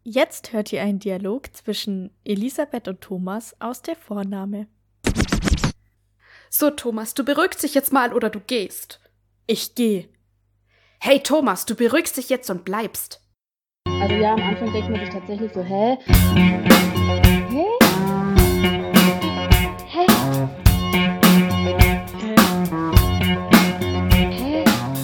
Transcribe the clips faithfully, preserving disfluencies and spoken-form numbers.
Jetzt hört ihr einen Dialog zwischen Elisabeth und Thomas aus der Vornahme. So, Thomas, du beruhigst dich jetzt mal oder du gehst. Ich geh. Hey, Thomas, du beruhigst dich jetzt und bleibst. Also ja, am Anfang denkt man sich tatsächlich so, hä? Hä? Hä? Hä?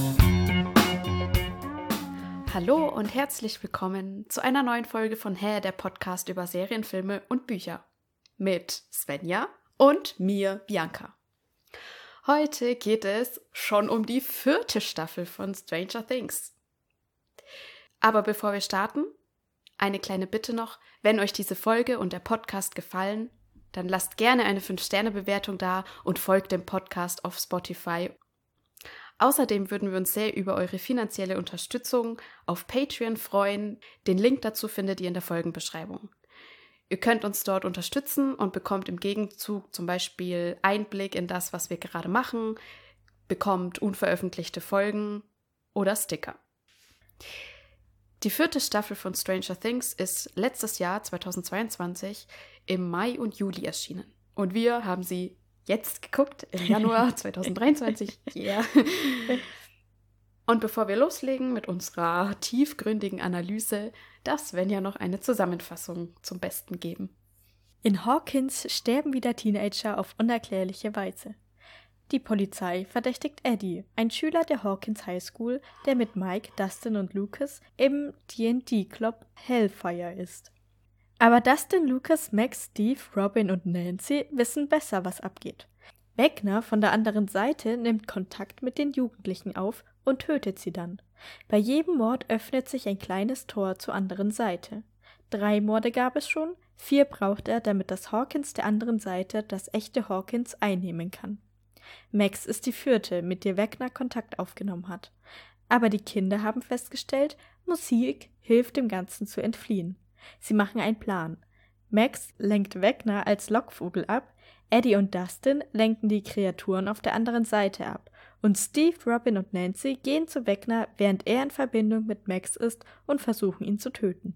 Hallo und herzlich willkommen zu einer neuen Folge von Hä, der Podcast über Serien, Filme und Bücher. Mit Svenja und mir, Bianca. Heute geht es schon um die vierte Staffel von Stranger Things. Aber bevor wir starten, eine kleine Bitte noch. Wenn euch diese Folge und der Podcast gefallen, dann lasst gerne eine fünf Sterne Bewertung da und folgt dem Podcast auf Spotify. Außerdem würden wir uns sehr über eure finanzielle Unterstützung auf Patreon freuen. Den Link dazu findet ihr in der Folgenbeschreibung. Ihr könnt uns dort unterstützen und bekommt im Gegenzug zum Beispiel Einblick in das, was wir gerade machen, bekommt unveröffentlichte Folgen oder Sticker. Die vierte Staffel von Stranger Things ist letztes Jahr, zweitausendzweiundzwanzig, im Mai und Juli erschienen. Und wir haben sie jetzt geguckt, im Januar zweitausenddreiundzwanzig. Yeah. Und bevor wir loslegen mit unserer tiefgründigen Analyse, darf Svenja noch eine Zusammenfassung zum Besten geben. In Hawkins sterben wieder Teenager auf unerklärliche Weise. Die Polizei verdächtigt Eddie, ein Schüler der Hawkins High School, der mit Mike, Dustin und Lucas im D und D-Club Hellfire ist. Aber Dustin, Lucas, Max, Steve, Robin und Nancy wissen besser, was abgeht. Vecna von der anderen Seite nimmt Kontakt mit den Jugendlichen auf und tötet sie dann. Bei jedem Mord öffnet sich ein kleines Tor zur anderen Seite. Drei Morde gab es schon, vier braucht er, damit das Hawkins der anderen Seite das echte Hawkins einnehmen kann. Max ist die vierte, mit der Vecna Kontakt aufgenommen hat. Aber die Kinder haben festgestellt, Musik hilft dem Ganzen zu entfliehen. Sie machen einen Plan. Max lenkt Vecna als Lockvogel ab, Eddie und Dustin lenken die Kreaturen auf der anderen Seite ab und Steve, Robin und Nancy gehen zu Vecna, während er in Verbindung mit Max ist und versuchen ihn zu töten.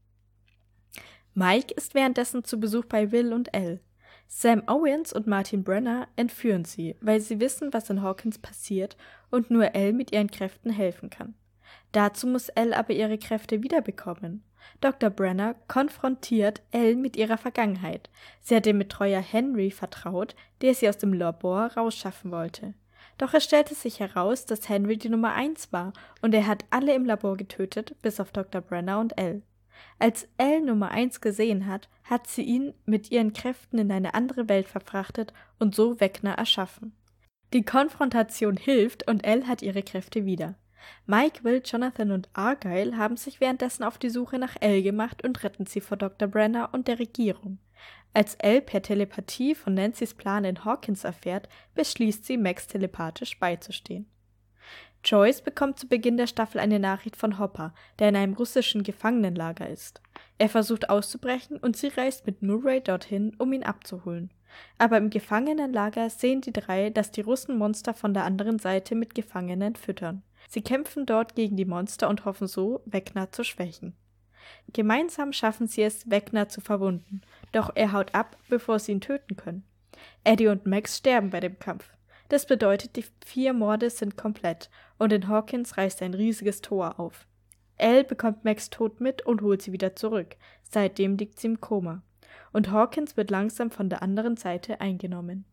Mike ist währenddessen zu Besuch bei Will und Elle. Sam Owens und Martin Brenner entführen sie, weil sie wissen, was in Hawkins passiert und nur Elle mit ihren Kräften helfen kann. Dazu muss Elle aber ihre Kräfte wiederbekommen. Doktor Brenner konfrontiert Elle mit ihrer Vergangenheit. Sie hat dem Betreuer Henry vertraut, der sie aus dem Labor rausschaffen wollte. Doch es stellte sich heraus, dass Henry die Nummer eins war und er hat alle im Labor getötet, bis auf Doktor Brenner und Elle. Als Elle Nummer eins gesehen hat, hat sie ihn mit ihren Kräften in eine andere Welt verfrachtet und so Vecna erschaffen. Die Konfrontation hilft und Elle hat ihre Kräfte wieder. Mike, Will, Jonathan und Argyle haben sich währenddessen auf die Suche nach Elle gemacht und retten sie vor Doktor Brenner und der Regierung. Als Elle per Telepathie von Nancys Plan in Hawkins erfährt, beschließt sie, Max telepathisch beizustehen. Joyce bekommt zu Beginn der Staffel eine Nachricht von Hopper, der in einem russischen Gefangenenlager ist. Er versucht auszubrechen und sie reist mit Murray dorthin, um ihn abzuholen. Aber im Gefangenenlager sehen die drei, dass die Russen Monster von der anderen Seite mit Gefangenen füttern. Sie kämpfen dort gegen die Monster und hoffen so, Vecna zu schwächen. Gemeinsam schaffen sie es, Vecna zu verwunden, doch er haut ab, bevor sie ihn töten können. Eddie und Max sterben bei dem Kampf. Das bedeutet, die vier Morde sind komplett und in Hawkins reißt ein riesiges Tor auf. Elle bekommt Max tot mit und holt sie wieder zurück. Seitdem liegt sie im Koma. Und Hawkins wird langsam von der anderen Seite eingenommen.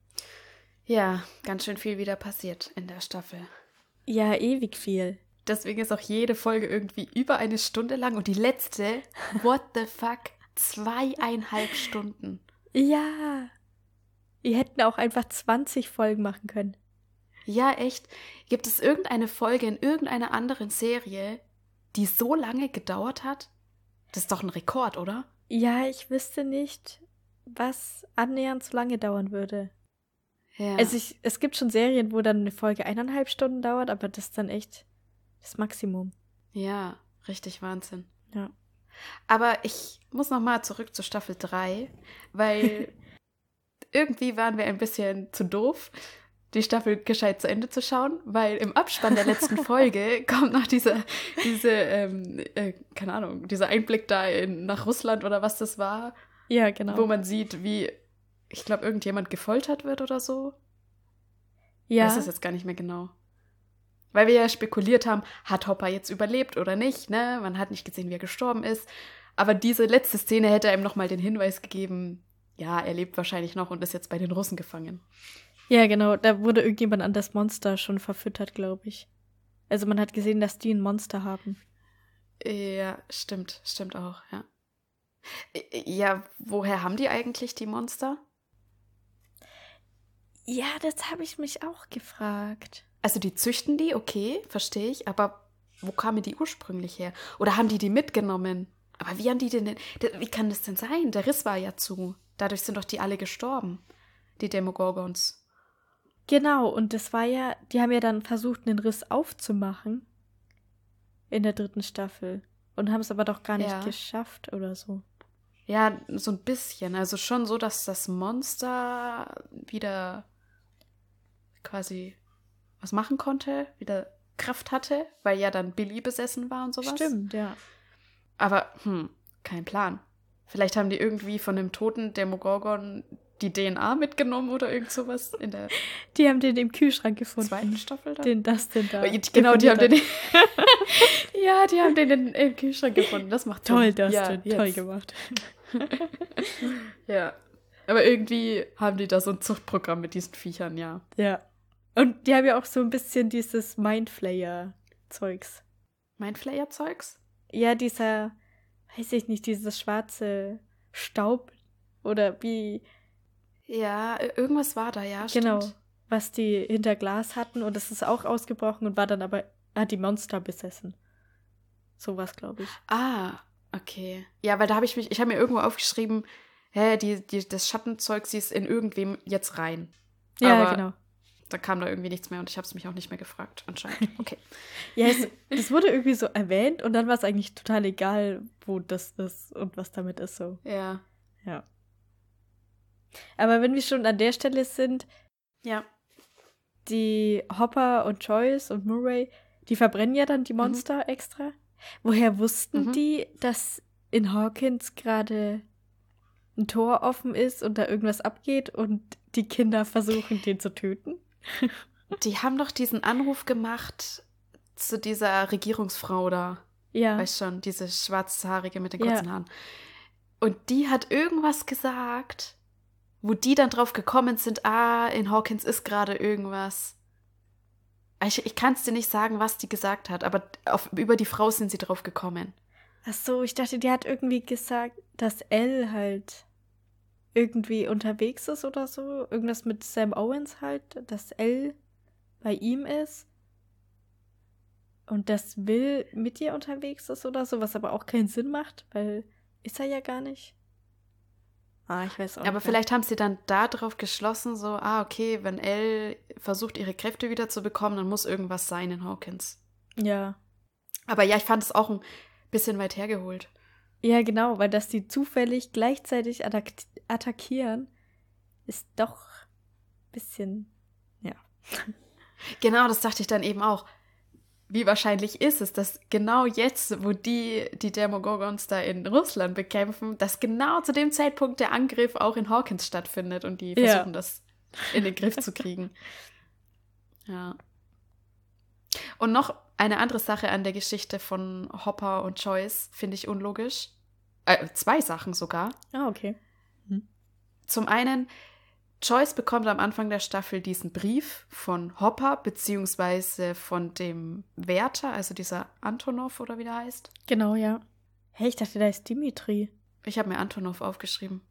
Ja, ganz schön viel wieder passiert in der Staffel. Ja, ewig viel. Deswegen ist auch jede Folge irgendwie über eine Stunde lang und die letzte, what the fuck, zweieinhalb Stunden. Ja. Wir hätten auch einfach zwanzig Folgen machen können. Ja, echt. Gibt es irgendeine Folge in irgendeiner anderen Serie, die so lange gedauert hat? Das ist doch ein Rekord, oder? Ja, ich wüsste nicht, was annähernd so lange dauern würde. Ja. Also ich, es gibt schon Serien, wo dann eine Folge eineinhalb Stunden dauert, aber das ist dann echt das Maximum. Ja, richtig Wahnsinn. Ja. Aber ich muss nochmal zurück zu Staffel drei, weil irgendwie waren wir ein bisschen zu doof die Staffel gescheit zu Ende zu schauen, weil im Abspann der letzten Folge kommt noch diese, diese ähm, äh, keine Ahnung, dieser Einblick da in, nach Russland oder was das war. Ja, genau. Wo man sieht, wie, ich glaube, irgendjemand gefoltert wird oder so. Ja. Ich weiß es jetzt gar nicht mehr genau. Weil wir ja spekuliert haben, hat Hopper jetzt überlebt oder nicht, ne? Man hat nicht gesehen, wie er gestorben ist. Aber diese letzte Szene hätte ihm nochmal den Hinweis gegeben, ja, er lebt wahrscheinlich noch und ist jetzt bei den Russen gefangen. Ja, genau. Da wurde irgendjemand an das Monster schon verfüttert, glaube ich. Also man hat gesehen, dass die ein Monster haben. Ja, stimmt. Stimmt auch, ja. Ja, woher haben die eigentlich die Monster? Ja, das habe ich mich auch gefragt. Also die züchten die, okay, verstehe ich, aber wo kamen die ursprünglich her? Oder haben die die mitgenommen? Aber wie haben die denn, wie kann das denn sein? Der Riss war ja zu. Dadurch sind doch die alle gestorben, die Demogorgons. Genau, und das war ja, die haben ja dann versucht, einen Riss aufzumachen in der dritten Staffel und haben es aber doch gar nicht Ja. geschafft oder so. Ja, so ein bisschen. Also schon so, dass das Monster wieder quasi was machen konnte, wieder Kraft hatte, weil ja dann Billy besessen war und sowas. Stimmt, ja. Aber, hm, kein Plan. Vielleicht haben die irgendwie von dem toten Demogorgon die D N A mitgenommen oder irgend sowas in der Die haben den im Kühlschrank gefunden. zweiten Staffel dann. Den Dustin da. Oh, genau, die haben den. definiert Ja, die haben den in- im Kühlschrank gefunden. Das macht hat. Toll, Sinn. Dustin. Ja, Toll jetzt. gemacht. Ja. Aber irgendwie haben die da so ein Zuchtprogramm mit diesen Viechern, ja. Ja. Und die haben ja auch so ein bisschen dieses Mindflayer-Zeugs. Mindflayer-Zeugs? Ja, dieser, weiß ich nicht, dieses schwarze Staub oder wie, Ja, irgendwas war da, ja, genau, stimmt. was die hinter Glas hatten und es ist auch ausgebrochen und war dann aber, hat die Monster besessen. Sowas, glaube ich. Ah, okay. Ja, weil da habe ich mich, ich habe mir irgendwo aufgeschrieben, hä, die, die, das Schattenzeug, sie ist in irgendwem jetzt rein. Ja, Aber genau. da kam da irgendwie nichts mehr und ich habe es mich auch nicht mehr gefragt, anscheinend. Okay. Ja, es, es wurde irgendwie so erwähnt und dann war es eigentlich total egal, wo das ist und was damit ist so. Ja. Ja. Aber wenn wir schon an der Stelle sind, Ja. die Hopper und Joyce und Murray, die verbrennen ja dann die Monster extra. Woher wussten Mhm. die, dass in Hawkins gerade ein Tor offen ist und da irgendwas abgeht und die Kinder versuchen, den zu töten? Die haben doch diesen Anruf gemacht zu dieser Regierungsfrau da. Ja. Weißt schon, diese schwarzhaarige mit den Ja. kurzen Haaren. Und die hat irgendwas gesagt, wo die dann drauf gekommen sind, ah, in Hawkins ist gerade irgendwas. Ich, ich kann es dir nicht sagen, was die gesagt hat, aber auf, über die Frau sind sie drauf gekommen. Ach so, ich dachte, die hat irgendwie gesagt, dass Elle halt irgendwie unterwegs ist oder so. Irgendwas mit Sam Owens halt, dass Elle bei ihm ist. Und dass Will mit ihr unterwegs ist oder so, was aber auch keinen Sinn macht, weil ist er ja gar nicht. Ah, ich weiß auch Aber nicht. vielleicht haben sie dann da drauf geschlossen, so, ah, okay, wenn Elle versucht, ihre Kräfte wieder zu bekommen, dann muss irgendwas sein in Hawkins. Ja. Aber ja, ich fand es auch ein bisschen weit hergeholt. Ja, genau, weil dass die zufällig gleichzeitig attack- attackieren, ist doch ein bisschen, ja. Genau, das dachte ich dann eben auch. Wie wahrscheinlich ist es, dass genau jetzt, wo die die Demogorgons da in Russland bekämpfen, dass genau zu dem Zeitpunkt der Angriff auch in Hawkins stattfindet und die Ja. versuchen, das in den Griff zu kriegen. Ja. Und noch eine andere Sache an der Geschichte von Hopper und Joyce finde ich unlogisch. Äh, zwei Sachen sogar. Ah, okay. Zum einen, Joyce bekommt am Anfang der Staffel diesen Brief von Hopper, beziehungsweise von dem Wärter, also dieser Antonov oder wie der heißt. Genau, ja. Hey, ich dachte, da ist Dimitri. Ich habe mir Antonov aufgeschrieben.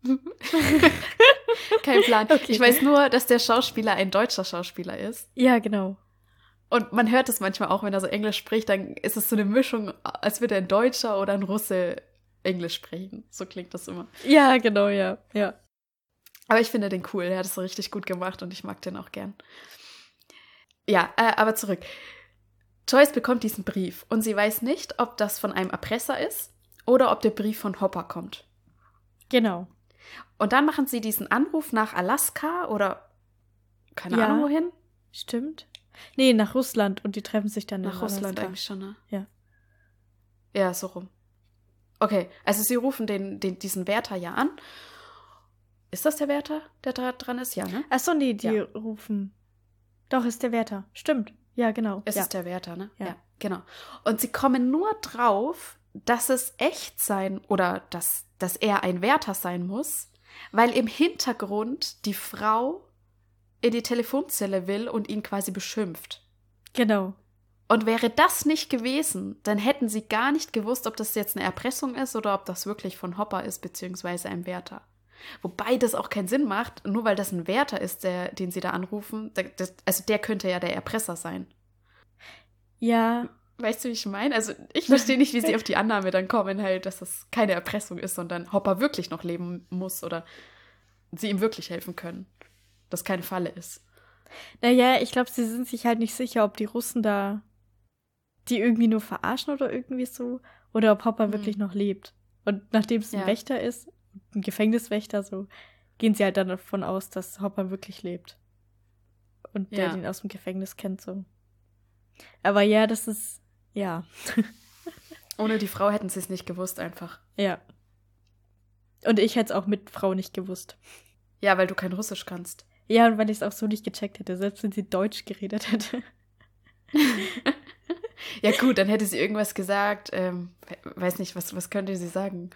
Kein Plan. Okay. Ich weiß nur, dass der Schauspieler ein deutscher Schauspieler ist. Ja, genau. Und man hört es manchmal auch, wenn er so Englisch spricht, dann ist es so eine Mischung, als würde ein Deutscher oder ein Russe Englisch sprechen. So klingt das immer. Ja, genau, ja. Ja. Aber ich finde den cool, der hat es so richtig gut gemacht und ich mag den auch gern. Ja, äh, aber zurück. Joyce bekommt diesen Brief und sie weiß nicht, ob das von einem Erpresser ist oder ob der Brief von Hopper kommt. Genau. Und dann machen sie diesen Anruf nach Alaska oder keine Ja. Ahnung wohin. Stimmt. Nee, nach Russland und die treffen sich dann Nach in Russland Alaska. eigentlich schon, ne? Ja. Ja, so rum. Okay, also sie rufen den, den, diesen Wärter ja an. Ist das der Wärter, der da dran ist? Ja, ne? Achso, nee, die Ja. rufen. Doch, ist der Wärter. Stimmt. Ja, genau. Es ja. ist der Wärter, ne? Ja. genau. Und sie kommen nur drauf, dass es echt sein oder dass, dass er ein Wärter sein muss, weil im Hintergrund die Frau in die Telefonzelle will und ihn quasi beschimpft. Genau. Und wäre das nicht gewesen, dann hätten sie gar nicht gewusst, ob das jetzt eine Erpressung ist oder ob das wirklich von Hopper ist, beziehungsweise ein Wärter. Wobei das auch keinen Sinn macht, nur weil das ein Wärter ist, der, den sie da anrufen. Der, das, also der könnte ja der Erpresser sein. Ja. Weißt du, wie ich meine? Also ich verstehe nicht, wie sie auf die Annahme dann kommen, halt, dass das keine Erpressung ist, sondern Hopper wirklich noch leben muss oder sie ihm wirklich helfen können. Dass keine Falle ist. Naja, ich glaube, sie sind sich halt nicht sicher, ob die Russen da die irgendwie nur verarschen oder irgendwie so. Oder ob Hopper Mhm. wirklich noch lebt. Und nachdem es ein Ja. Wächter ist, ein Gefängniswächter, so, gehen sie halt dann davon aus, dass Hopper wirklich lebt. Und der Ja. den aus dem Gefängnis kennt, so. Aber ja, das ist, ja. Ohne die Frau hätten sie es nicht gewusst einfach. Ja. Und ich hätte es auch mit Frau nicht gewusst. Ja, weil du kein Russisch kannst. Ja, und weil ich es auch so nicht gecheckt hätte, selbst wenn sie Deutsch geredet hätte. Ja gut, dann hätte sie irgendwas gesagt, ähm, weiß nicht, was, was könnte sie sagen?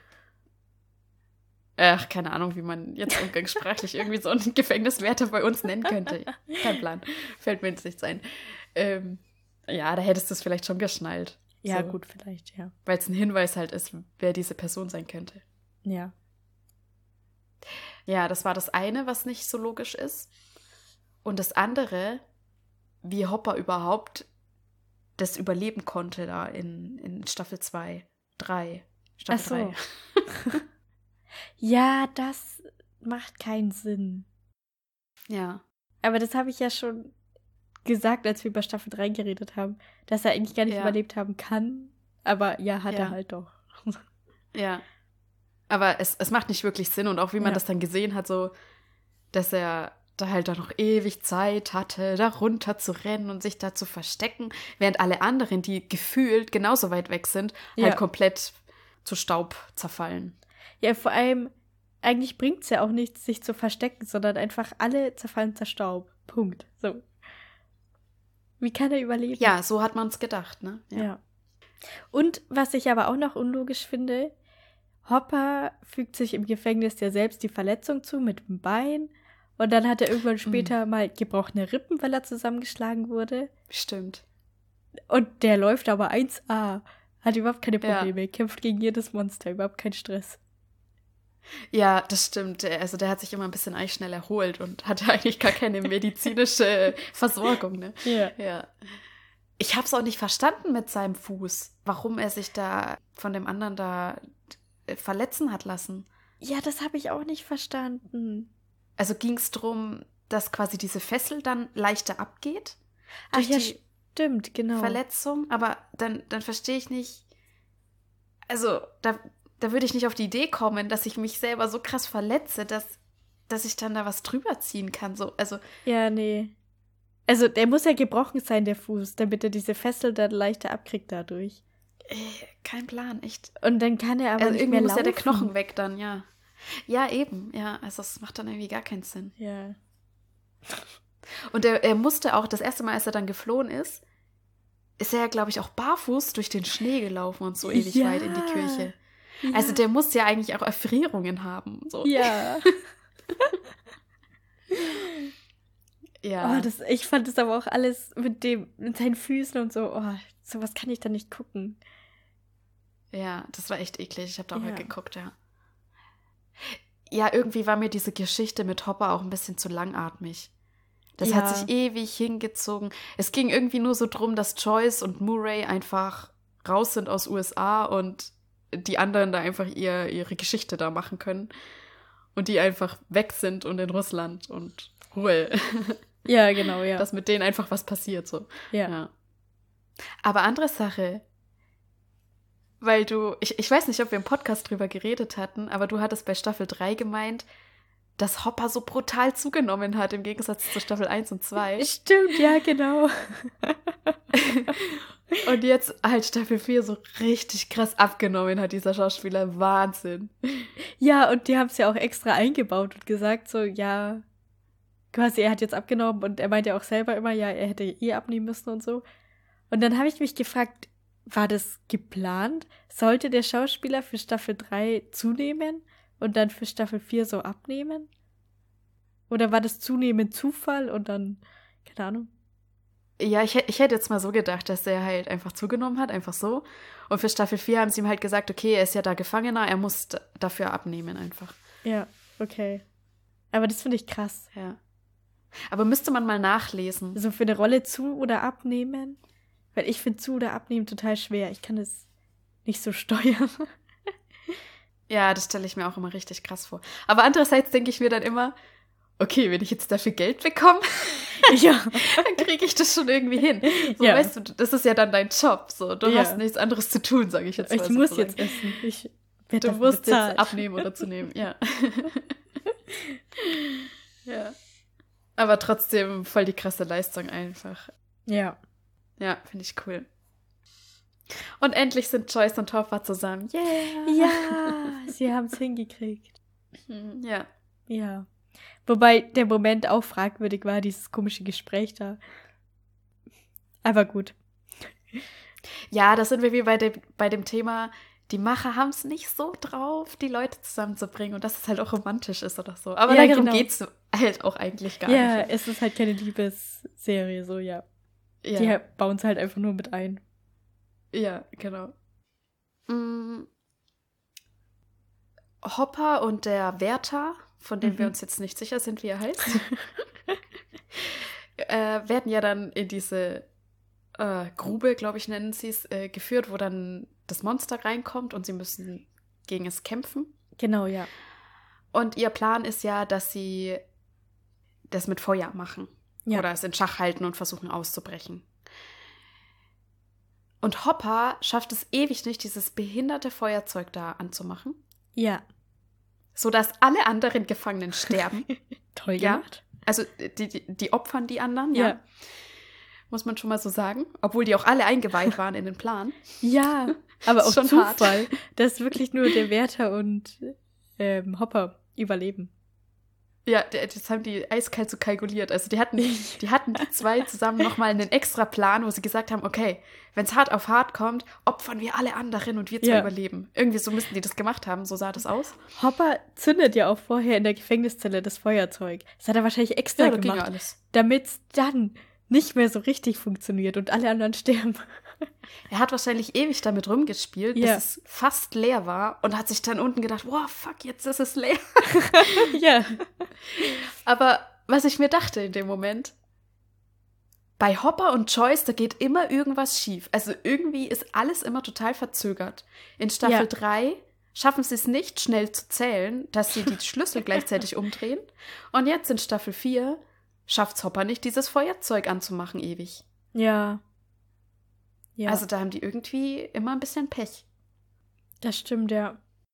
Ach, keine Ahnung, wie man jetzt umgangssprachlich irgendwie so einen Gefängniswärter bei uns nennen könnte. Kein Plan, fällt mir jetzt nichts ein. Ähm, ja, da hättest du es vielleicht schon geschnallt. Ja, So. gut, vielleicht, ja. Weil es ein Hinweis halt ist, wer diese Person sein könnte. Ja. Ja, das war das eine, was nicht so logisch ist. Und das andere, wie Hopper überhaupt das überleben konnte da in, in Staffel zwei, drei. Staffel Ach so. drei. Ja, das macht keinen Sinn. Ja. Aber das habe ich ja schon gesagt, als wir über Staffel drei geredet haben, dass er eigentlich gar nicht Ja. überlebt haben kann. Aber ja, hat Ja. er halt doch. Ja. Aber es, es macht nicht wirklich Sinn und auch wie man Ja. das dann gesehen hat, so, dass er da halt dann noch ewig Zeit hatte, da runter zu rennen und sich da zu verstecken, während alle anderen, die gefühlt genauso weit weg sind, Ja. halt komplett zu Staub zerfallen. Ja, vor allem, eigentlich bringt es ja auch nichts, sich zu verstecken, sondern einfach alle zerfallen zur Staub. Punkt. So. Wie kann er überleben? Ja, so hat man es gedacht, ne? Ja. Und was ich aber auch noch unlogisch finde, Hopper fügt sich im Gefängnis ja selbst die Verletzung zu mit dem Bein und dann hat er irgendwann später mal gebrochene Rippen, weil er zusammengeschlagen wurde. Stimmt. Und der läuft aber eins A. Hat überhaupt keine Ja. Probleme, kämpft gegen jedes Monster, überhaupt keinen Stress. Ja, das stimmt. Also der hat sich immer ein bisschen eigentlich schnell erholt und hatte eigentlich gar keine medizinische Versorgung, ne? Ja. Ja. Ich hab's auch nicht verstanden mit seinem Fuß, warum er sich da von dem anderen da äh, verletzen hat lassen. Ja, das habe ich auch nicht verstanden. Also ging's drum, dass quasi diese Fessel dann leichter abgeht Ach durch ja, die stimmt, genau. Verletzung, aber dann, dann verstehe ich nicht, also da, da würde ich nicht auf die Idee kommen, dass ich mich selber so krass verletze, dass, dass ich dann da was drüber ziehen kann. So, also, Ja, nee. Also, der muss ja gebrochen sein, der Fuß, damit er diese Fessel dann leichter abkriegt dadurch. äh, kein Plan, echt. Und dann kann er aber Also nicht irgendwie mehr muss ja laufen. der Knochen weg dann, ja. Ja, eben, ja, also es macht dann irgendwie gar keinen Sinn. Ja. Und er, er musste auch, das erste Mal, als er dann geflohen ist, ist er, glaube ich, auch barfuß durch den Schnee gelaufen und so ewig Ja. weit in die Kirche. Ja. Also der muss ja eigentlich auch Erfrierungen haben. So. Ja. Ja. Oh, das, ich fand das aber auch alles mit dem, mit seinen Füßen und so. Oh, sowas kann ich da nicht gucken. Ja, das war echt eklig. Ich habe da auch Ja. mal geguckt, ja. Ja, irgendwie war mir diese Geschichte mit Hopper auch ein bisschen zu langatmig. Das Ja. hat sich ewig hingezogen. Es ging irgendwie nur so drum, dass Joyce und Murray einfach raus sind aus U S A und die anderen da einfach ihr, ihre Geschichte da machen können. Und die einfach weg sind und in Russland und Ruhe. Ja, genau, ja. Dass mit denen einfach was passiert, so. ja. Ja. Aber andere Sache, weil du, ich, ich weiß nicht, ob wir im Podcast drüber geredet hatten, aber du hattest bei Staffel drei gemeint, dass Hopper so brutal zugenommen hat, im Gegensatz zu Staffel eins und zwei. Stimmt, ja, genau. Und jetzt halt Staffel vier so richtig krass abgenommen hat, dieser Schauspieler. Wahnsinn. Ja, und die haben es ja auch extra eingebaut und gesagt so, ja, quasi er hat jetzt abgenommen und er meint ja auch selber immer, ja, er hätte eh abnehmen müssen und so. Und dann habe ich mich gefragt, war das geplant? Sollte der Schauspieler für Staffel drei zunehmen und dann für Staffel vier so abnehmen? Oder war das zunehmend Zufall und dann, keine Ahnung. Ja, ich, ich hätte jetzt mal so gedacht, dass er halt einfach zugenommen hat, einfach so. Und für Staffel vier haben sie ihm halt gesagt, okay, er ist ja da Gefangener, er muss d- dafür abnehmen einfach. Ja, okay. Aber das finde ich krass. Ja. Aber müsste man mal nachlesen. So für eine Rolle zu- oder abnehmen? Weil ich finde zu- oder abnehmen total schwer. Ich kann es nicht so steuern. Ja, das stelle ich mir auch immer richtig krass vor. Aber andererseits denke ich mir dann immer, okay, wenn ich jetzt dafür Geld bekomme, Ja. dann kriege ich das schon irgendwie hin. So, Ja. weißt du, das ist ja dann dein Job. So. Du Ja. hast nichts anderes zu tun, sage ich jetzt mal. Ich muss sozusagen. jetzt essen. Ich werde Du dafür musst bezahlt. jetzt abnehmen oder zunehmen, ja. Ja. Aber trotzdem voll die krasse Leistung einfach. Ja. Ja, finde ich cool. Und endlich sind Joyce und Hopper zusammen. Yeah! Ja, sie haben es hingekriegt. Hm, Ja. Ja. Wobei der Moment auch fragwürdig war, dieses komische Gespräch da. Aber gut. Ja, da sind wir wie bei dem, bei dem Thema, die Macher haben es nicht so drauf, die Leute zusammenzubringen und dass es halt auch romantisch ist oder so. Aber Ja, darum genau. geht es halt auch eigentlich gar Ja, nicht. es ist halt keine Liebesserie, so, ja. Ja, Die bauen es halt einfach nur mit ein. ja genau. Mm. Hopper und der Wärter, von dem Mhm. wir uns jetzt nicht sicher sind, wie er heißt, äh, werden ja dann in diese äh, Grube, glaube ich, nennen sie es, äh, geführt, wo dann das Monster reinkommt und sie müssen gegen es kämpfen. Genau, ja. Und ihr Plan ist ja, dass sie das mit Feuer machen. Ja. Oder es in Schach halten und versuchen auszubrechen. Und Hopper schafft es ewig nicht, dieses behinderte Feuerzeug da anzumachen, Ja. sodass alle anderen Gefangenen sterben. Toll Ja. gemacht. Also die, die, die opfern die anderen, ja. Ja. Muss man schon mal so sagen. Obwohl die auch alle eingeweiht waren in den Plan. Ja, aber auch Ist schon hart. Zufall, dass wirklich nur der Wärter und ähm, Hopper überleben. Ja, d- das haben die eiskalt so kalkuliert. Also die hatten, die hatten die zwei zusammen nochmal einen extra Plan, wo sie gesagt haben, okay, wenn es hart auf hart kommt, opfern wir alle anderen und wir zwei Ja. überleben. Irgendwie so müssten die das gemacht haben, so sah das aus. Hopper zündet ja auch vorher in der Gefängniszelle das Feuerzeug. Das hat er wahrscheinlich extra Ja, da ging ja gemacht, alles. damit es dann nicht mehr so richtig funktioniert und alle anderen sterben. Er hat wahrscheinlich ewig damit rumgespielt, Ja. bis es fast leer war und hat sich dann unten gedacht, wow, fuck, jetzt ist es leer. Ja. Aber was ich mir dachte in dem Moment, bei Hopper und Joyce, da geht immer irgendwas schief. Also irgendwie ist alles immer total verzögert. In Staffel Ja. drei schaffen sie es nicht, schnell zu zählen, dass sie die Schlüssel gleichzeitig umdrehen. Und jetzt in Staffel vier schafft es Hopper nicht, dieses Feuerzeug anzumachen ewig. Ja. Ja, Also da haben die irgendwie immer ein bisschen Pech. das stimmt, ja.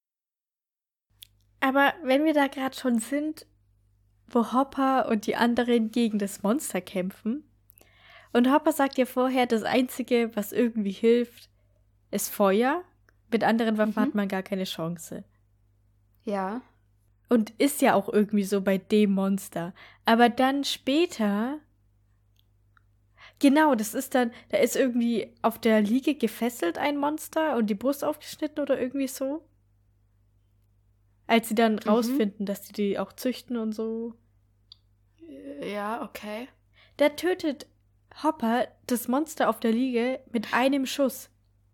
Aber wenn wir da gerade schon sind, wo Hopper und die anderen gegen das Monster kämpfen, und Hopper sagt ja vorher, das Einzige, was irgendwie hilft, ist Feuer. Mit anderen Waffen Mhm. hat man gar keine Chance. Ja. Und ist ja auch irgendwie so bei dem Monster. Aber dann später. Genau, das ist dann, da ist irgendwie auf der Liege gefesselt ein Monster und die Brust aufgeschnitten oder irgendwie so. Als sie dann Mhm. rausfinden, dass die die auch züchten und so. Ja, okay. Da tötet Hopper das Monster auf der Liege mit einem Schuss.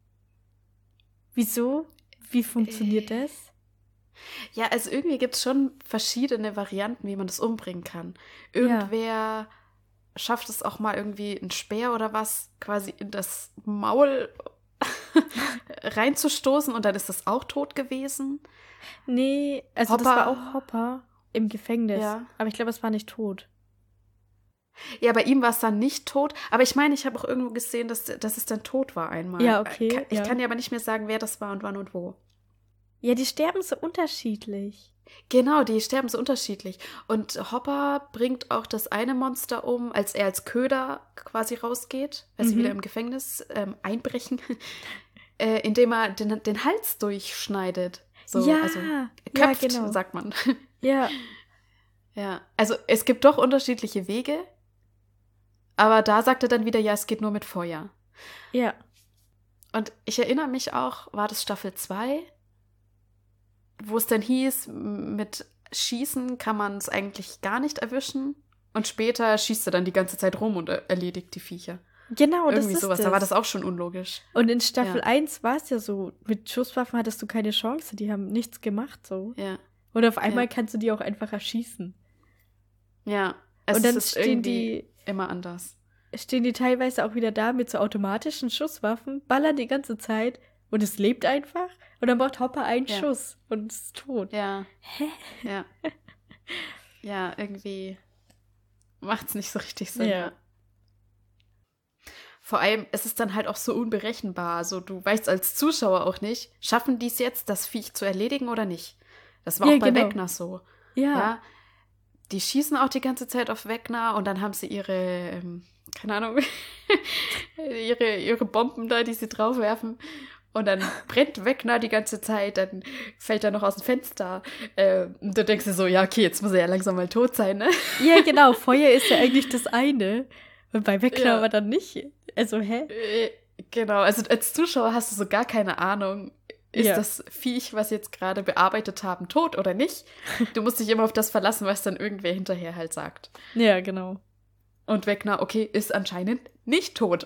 Wieso? Wie funktioniert Äh. das? Ja, also irgendwie gibt es schon verschiedene Varianten, wie man das umbringen kann. Irgendwer schafft es auch mal irgendwie einen Speer oder was quasi in das Maul reinzustoßen und dann ist das auch tot gewesen. Nee, also das Hopper- war auch Hopper im Gefängnis. Ja. Aber ich glaube, es war nicht tot. Ja, bei ihm war es dann nicht tot, aber ich meine, ich habe auch irgendwo gesehen, dass, dass es dann tot war einmal. Ja, okay, Ich ja. kann dir aber nicht mehr sagen, wer das war und wann und wo. Ja, die sterben so unterschiedlich. Genau, die sterben so unterschiedlich. Und Hopper bringt auch das eine Monster um, als er als Köder quasi rausgeht, als sie Mhm. wieder im Gefängnis ähm, einbrechen, äh, indem er den, den Hals durchschneidet. So, Ja, also ja, köpft, genau. sagt man. Ja, Ja, also es gibt doch unterschiedliche Wege, aber da sagt er dann wieder, ja, es geht nur mit Feuer. ja. Und ich erinnere mich auch, war das Staffel zwei, wo es dann hieß, mit Schießen kann man es eigentlich gar nicht erwischen. Und später schießt er dann die ganze Zeit rum und er- erledigt die Viecher. Genau, das Irgendwie ist sowas. es. Da war das auch schon unlogisch. Und in Staffel Ja. eins war es ja so, mit Schusswaffen hattest du keine Chance, die haben nichts gemacht so. Ja, Und auf einmal Ja. kannst du die auch einfach erschießen. ja. Es Und dann ist stehen irgendwie die, immer anders. stehen die teilweise auch wieder da mit so automatischen Schusswaffen, ballern die ganze Zeit und es lebt einfach. Und dann braucht Hopper einen Ja. Schuss und es ist tot. Ja. Ja. Ja, irgendwie macht es nicht so richtig Sinn. Ja. Vor allem, es ist dann halt auch so unberechenbar. Also du weißt als Zuschauer auch nicht, schaffen die es jetzt, das Viech zu erledigen oder nicht? Das war Ja, auch bei genau. Vecna so. Ja. Ja. Die schießen auch die ganze Zeit auf Vecna und dann haben sie ihre, ähm, keine Ahnung, ihre, ihre Bomben da, die sie draufwerfen. Und dann brennt Vecna die ganze Zeit, dann fällt er noch aus dem Fenster. Äh, und du denkst dir so, ja, okay, jetzt muss er ja langsam mal tot sein, ne? Ja, genau. Feuer ist ja eigentlich das eine. Und bei Vecna Ja. aber dann nicht. Also, hä? Äh, Genau, also als Zuschauer hast du so gar keine Ahnung, ist Ja. das Viech, was sie jetzt gerade bearbeitet haben, tot oder nicht? Du musst dich immer auf das verlassen, was dann irgendwer hinterher halt sagt. Ja, genau. Und Vecna, okay, ist anscheinend nicht tot.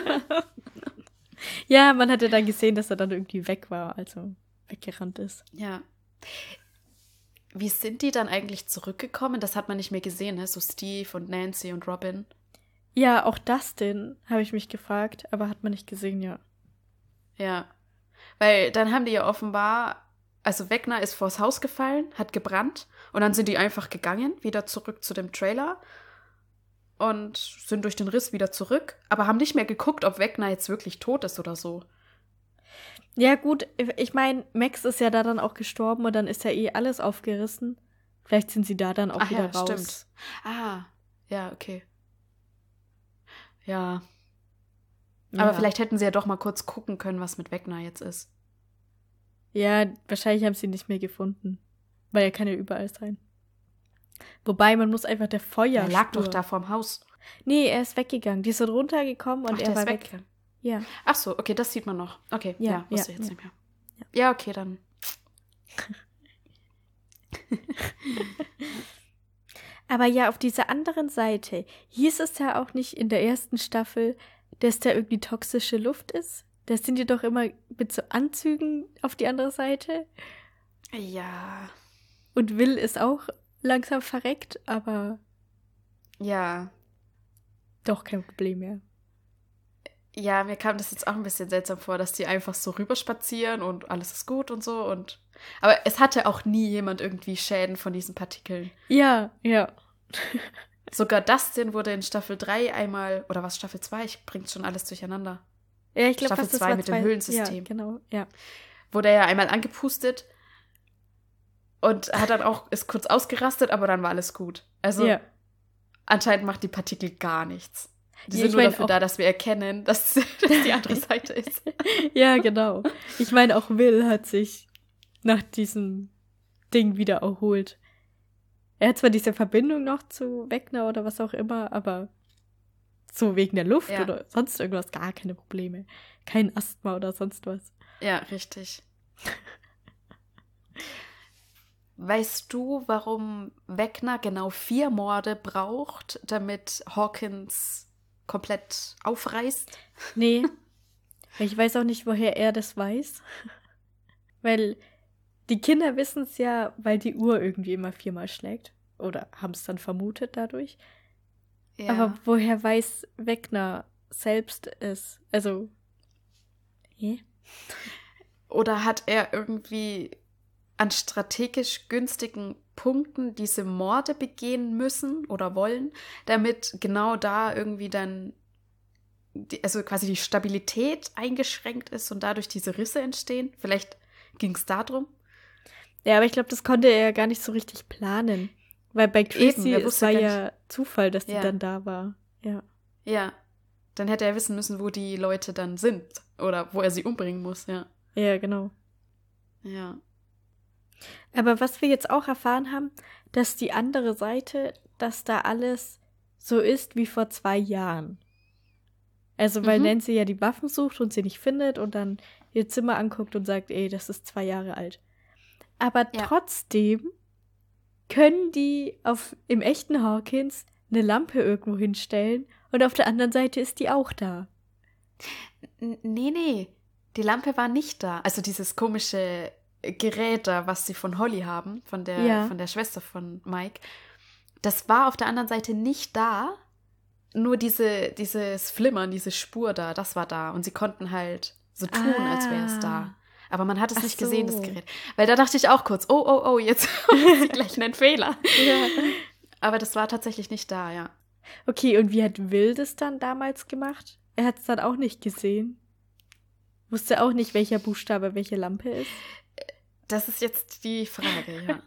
Ja, man hatte dann gesehen, dass er dann irgendwie weg war, also weggerannt ist. Ja. Wie sind die dann eigentlich zurückgekommen? Das hat man nicht mehr gesehen, ne? So Steve und Nancy und Robin. Ja, auch Dustin, habe ich mich gefragt, aber hat man nicht gesehen, ja. Ja. Weil dann haben die ja offenbar, also Vecna ist vors Haus gefallen, hat gebrannt und dann sind die einfach gegangen, wieder zurück zu dem Trailer und sind durch den Riss wieder zurück, aber haben nicht mehr geguckt, ob Vecna jetzt wirklich tot ist oder so. Ja, gut, ich meine, Max ist ja da dann auch gestorben und dann ist ja eh alles aufgerissen. Vielleicht sind sie da dann auch Ach wieder ja, raus. stimmt. Ah, ja, okay. Ja. Ja. Aber vielleicht hätten sie ja doch mal kurz gucken können, was mit Vecna jetzt ist. Ja, wahrscheinlich haben sie ihn nicht mehr gefunden. Weil er kann ja überall sein. Wobei, man muss einfach der Feuer. Er lag doch da vorm Haus. Nee, er ist weggegangen. Die sind runtergekommen und Ach, er der war ist weg. weg. Ja. Ach so, okay, das sieht man noch. Okay, Ja, ja, wusste ja, ich jetzt ja. nicht mehr. Ja, okay, dann. Aber ja, auf dieser anderen Seite hieß es ja auch nicht in der ersten Staffel, dass da irgendwie toxische Luft ist. Da sind die doch immer mit so Anzügen auf die andere Seite. Ja. Und Will ist auch langsam verreckt, aber Ja. doch kein Problem mehr. Ja, mir kam das jetzt auch ein bisschen seltsam vor, dass die einfach so rüberspazieren und alles ist gut und so. Und aber es hatte auch nie jemand irgendwie Schäden von diesen Partikeln. Ja, ja. Sogar Dustin wurde in Staffel drei einmal, oder was, Staffel zwei? Ich bring's schon alles durcheinander. Ja, ich glaube, Staffel was das zwei war mit dem zwei- Höhlensystem. Ja, genau, ja. Wurde er ja einmal angepustet und hat dann auch, ist kurz ausgerastet, aber dann war alles gut. Also ja. anscheinend macht die Partikel gar nichts. Die Ja, sind ich nur mein dafür auch- da, dass wir erkennen, dass das die andere Seite ist. Ja, genau. Ich meine, auch Will hat sich nach diesem Ding wieder erholt. Er hat zwar diese Verbindung noch zu Vecna oder was auch immer, aber so wegen der Luft Ja. oder sonst irgendwas gar keine Probleme. Kein Asthma oder sonst was. Ja, richtig. Weißt du, warum Vecna genau vier Morde braucht, damit Hawkins komplett aufreißt? Nee. Ich weiß auch nicht, woher er das weiß. Weil die Kinder wissen es ja, weil die Uhr irgendwie immer viermal schlägt. Oder haben es dann vermutet dadurch. Ja. Aber woher weiß Vecna selbst es? Also, hä? Oder hat er irgendwie an strategisch günstigen Punkten diese Morde begehen müssen oder wollen, damit genau da irgendwie dann, die, also quasi die Stabilität eingeschränkt ist und dadurch diese Risse entstehen? Vielleicht ging es darum. Ja, aber ich glaube, das konnte er ja gar nicht so richtig planen. Weil bei Tracy, Eben, er es wusste war gar ja Zufall, dass die Ja. dann da war. Ja. Ja. Dann hätte er wissen müssen, wo die Leute dann sind. Oder wo er sie umbringen muss, ja. Ja, genau. Ja. Aber was wir jetzt auch erfahren haben, dass die andere Seite, dass da alles so ist wie vor zwei Jahren. Also, weil Mhm. Nancy ja die Waffen sucht und sie nicht findet und dann ihr Zimmer anguckt und sagt, ey, das ist zwei Jahre alt. Aber Ja. trotzdem können die auf, im echten Hawkins eine Lampe irgendwo hinstellen und auf der anderen Seite ist die auch da. N- Nee, nee. Die Lampe war nicht da. Also dieses komische Gerät da, was sie von Holly haben, von der, Ja. von der Schwester von Mike, das war auf der anderen Seite nicht da. Nur diese, dieses Flimmern, diese Spur da, das war da. Und sie konnten halt so tun, Ah. als wäre es da. Aber man hat es Ach nicht gesehen, das so. Gerät. Weil da dachte ich auch kurz, oh, oh, oh, jetzt haben sie gleich einen Fehler. Ja. Aber das war tatsächlich nicht da, ja. Okay, und wie hat Will das dann damals gemacht? Er hat es dann auch nicht gesehen. Wusste auch nicht, welcher Buchstabe welche Lampe ist. Das ist jetzt die Frage, ja.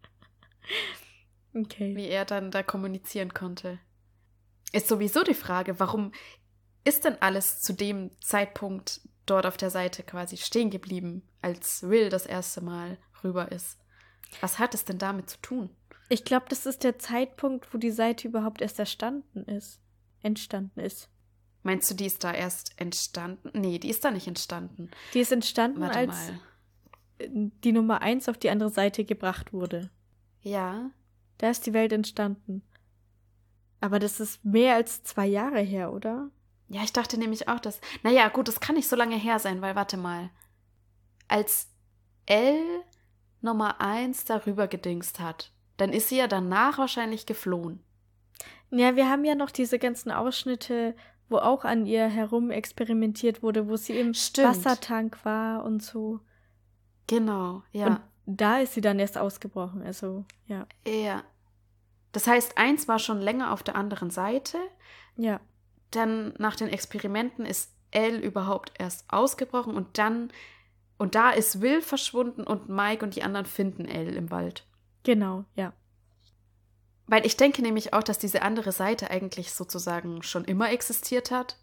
Okay. Wie er dann da kommunizieren konnte. Ist sowieso die Frage, warum ist denn alles zu dem Zeitpunkt dort auf der Seite quasi stehen geblieben, als Will das erste Mal rüber ist? Was hat es denn damit zu tun? Ich glaube, das ist der Zeitpunkt, wo die Seite überhaupt erst erstanden ist. Entstanden ist. Meinst du, die ist da erst entstanden? Nee, die ist da nicht entstanden. Die ist entstanden, Warte als mal. die Nummer eins auf die andere Seite gebracht wurde. Ja, Da ist die Welt entstanden. Aber das ist mehr als zwei Jahre her, oder? ja, ich dachte nämlich auch, dass. Naja, gut, das kann nicht so lange her sein, weil, warte mal. Als L Nummer eins darüber gedingst hat, dann ist sie ja danach wahrscheinlich geflohen. Ja, wir haben ja noch diese ganzen Ausschnitte, wo auch an ihr herum experimentiert wurde, wo sie im Stimmt. Wassertank war und so. Genau, ja. Und da ist sie dann erst ausgebrochen, also, ja. Ja. Das heißt, eins war schon länger auf der anderen Seite. Ja, Dann nach den Experimenten ist L überhaupt erst ausgebrochen und dann, und da ist Will verschwunden und Mike und die anderen finden L im Wald. genau, ja. Weil ich denke nämlich auch, dass diese andere Seite eigentlich sozusagen schon immer existiert hat.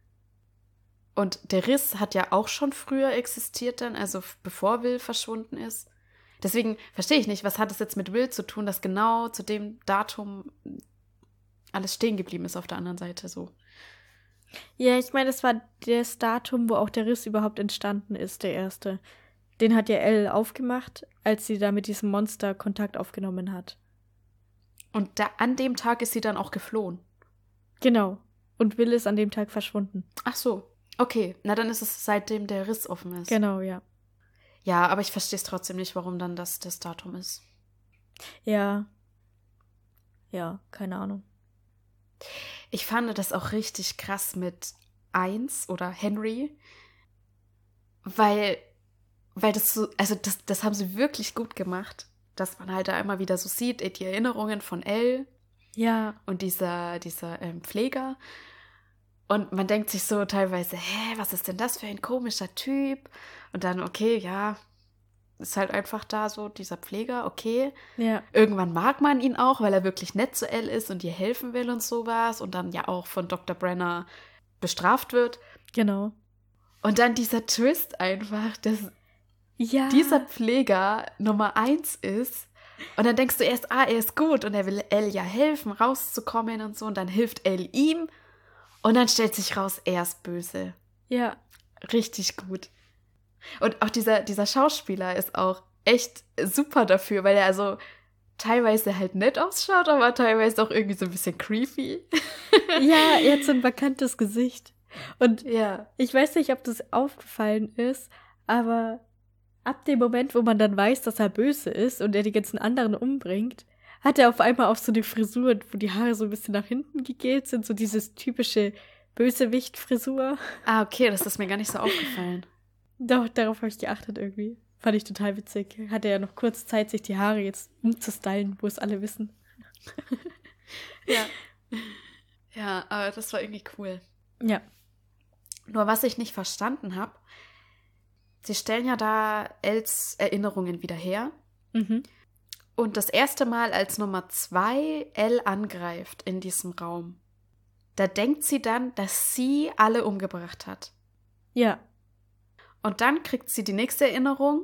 Und der Riss hat ja auch schon früher existiert dann, also f- bevor Will verschwunden ist. Deswegen verstehe ich nicht, was hat es jetzt mit Will zu tun, dass genau zu dem Datum alles stehen geblieben ist auf der anderen Seite so. Ja, ich meine, es war das Datum, wo auch der Riss überhaupt entstanden ist, der erste. Den hat ja Elle aufgemacht, als sie da mit diesem Monster Kontakt aufgenommen hat. Und da, an dem Tag ist sie dann auch geflohen. Genau. Und Will ist an dem Tag verschwunden. Ach so, okay. Na, dann ist es seitdem der Riss offen ist. Genau, ja. Ja, aber ich verstehe es trotzdem nicht, warum dann das das Datum ist. Ja. Ja, keine Ahnung. Ich fand das auch richtig krass mit eins oder Henry, weil, weil das so, also das, das haben sie wirklich gut gemacht, dass man halt da immer wieder so sieht, die Erinnerungen von Elle Ja. und dieser, dieser ähm, Pfleger. Und man denkt sich so teilweise, hä, was ist denn das für ein komischer Typ? Und dann, okay, ja, ist halt einfach da so dieser Pfleger, okay. Ja. Irgendwann mag man ihn auch, weil er wirklich nett zu Elle ist und ihr helfen will und sowas. Und dann ja auch von Doktor Brenner bestraft wird. Genau. Und dann dieser Twist einfach, dass Ja. dieser Pfleger Nummer eins ist. Und dann denkst du erst, ah, er ist gut und er will Elle ja helfen, rauszukommen und so. Und dann hilft Elle ihm. Und dann stellt sich raus, er ist böse. Ja. Richtig gut. Und auch dieser, dieser Schauspieler ist auch echt super dafür, weil er also teilweise halt nett ausschaut, aber teilweise auch irgendwie so ein bisschen creepy. Ja, er hat so ein markantes Gesicht. Und Ja. ich weiß nicht, ob das aufgefallen ist, aber ab dem Moment, wo man dann weiß, dass er böse ist und er die ganzen anderen umbringt, hat er auf einmal auch so die Frisur, wo die Haare so ein bisschen nach hinten gegelt sind, so dieses typische Bösewicht-Frisur. Ah, okay, das ist mir gar nicht so aufgefallen. Doch, darauf habe ich geachtet irgendwie. Fand ich total witzig. Hatte ja noch kurz Zeit, sich die Haare jetzt umzustylen, wo es alle wissen. Ja. Ja, aber das war irgendwie cool. Ja. Nur was ich nicht verstanden habe, sie stellen ja da Els Erinnerungen wieder her Mhm. Und das erste Mal, als Nummer zwei Elle angreift in diesem Raum, da denkt sie dann, dass sie alle umgebracht hat. Ja. Und dann kriegt sie die nächste Erinnerung,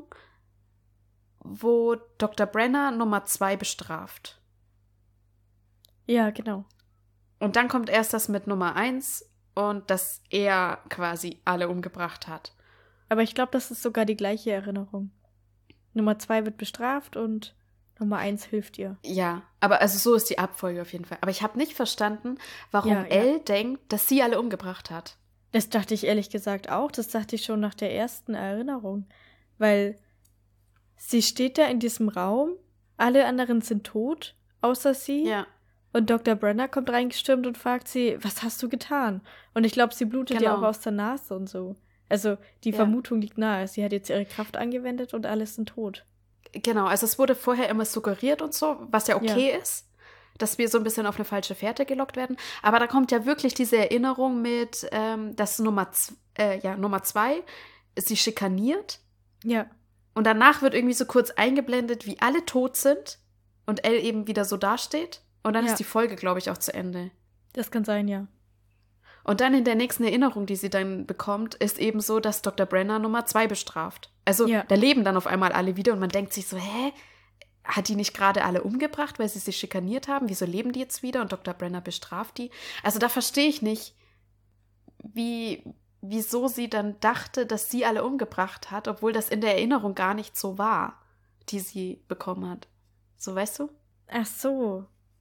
wo Doktor Brenner Nummer zwei bestraft. Ja, genau. Und dann kommt erst das mit Nummer eins und dass er quasi alle umgebracht hat. Aber ich glaube, das ist sogar die gleiche Erinnerung. Nummer zwei wird bestraft und Nummer eins hilft ihr. Ja, aber also so ist die Abfolge auf jeden Fall. Aber ich habe nicht verstanden, warum Ja, ja. Elle denkt, dass sie alle umgebracht hat. Das dachte ich ehrlich gesagt auch. Das dachte ich schon nach der ersten Erinnerung. Weil sie steht da in diesem Raum, alle anderen sind tot, außer sie. Ja, Und Doktor Brenner kommt reingestürmt und fragt sie, was hast du getan? Und ich glaube, sie blutet ja Genau. auch aus der Nase und so. Also die Ja. Vermutung liegt nahe. Sie hat jetzt ihre Kraft angewendet und alle sind tot. genau. Also es wurde vorher immer suggeriert und so, was ja okay ist, dass wir so ein bisschen auf eine falsche Fährte gelockt werden. Aber da kommt ja wirklich diese Erinnerung mit, ähm, dass Nummer, z- äh, ja, Nummer zwei sie schikaniert. Ja. Und danach wird irgendwie so kurz eingeblendet, wie alle tot sind und Elle eben wieder so dasteht. Und dann Ja. ist die Folge, glaube ich, auch zu Ende. Das kann sein, ja. Und dann in der nächsten Erinnerung, die sie dann bekommt, ist eben so, dass Doktor Brenner Nummer zwei bestraft. Also Ja. da leben dann auf einmal alle wieder und man denkt sich so, hä? Hat die nicht gerade alle umgebracht, weil sie sich schikaniert haben? Wieso leben die jetzt wieder und Doktor Brenner bestraft die? Also da verstehe ich nicht, wie, wieso sie dann dachte, dass sie alle umgebracht hat, obwohl das in der Erinnerung gar nicht so war, die sie bekommen hat. So, weißt du? Ach so.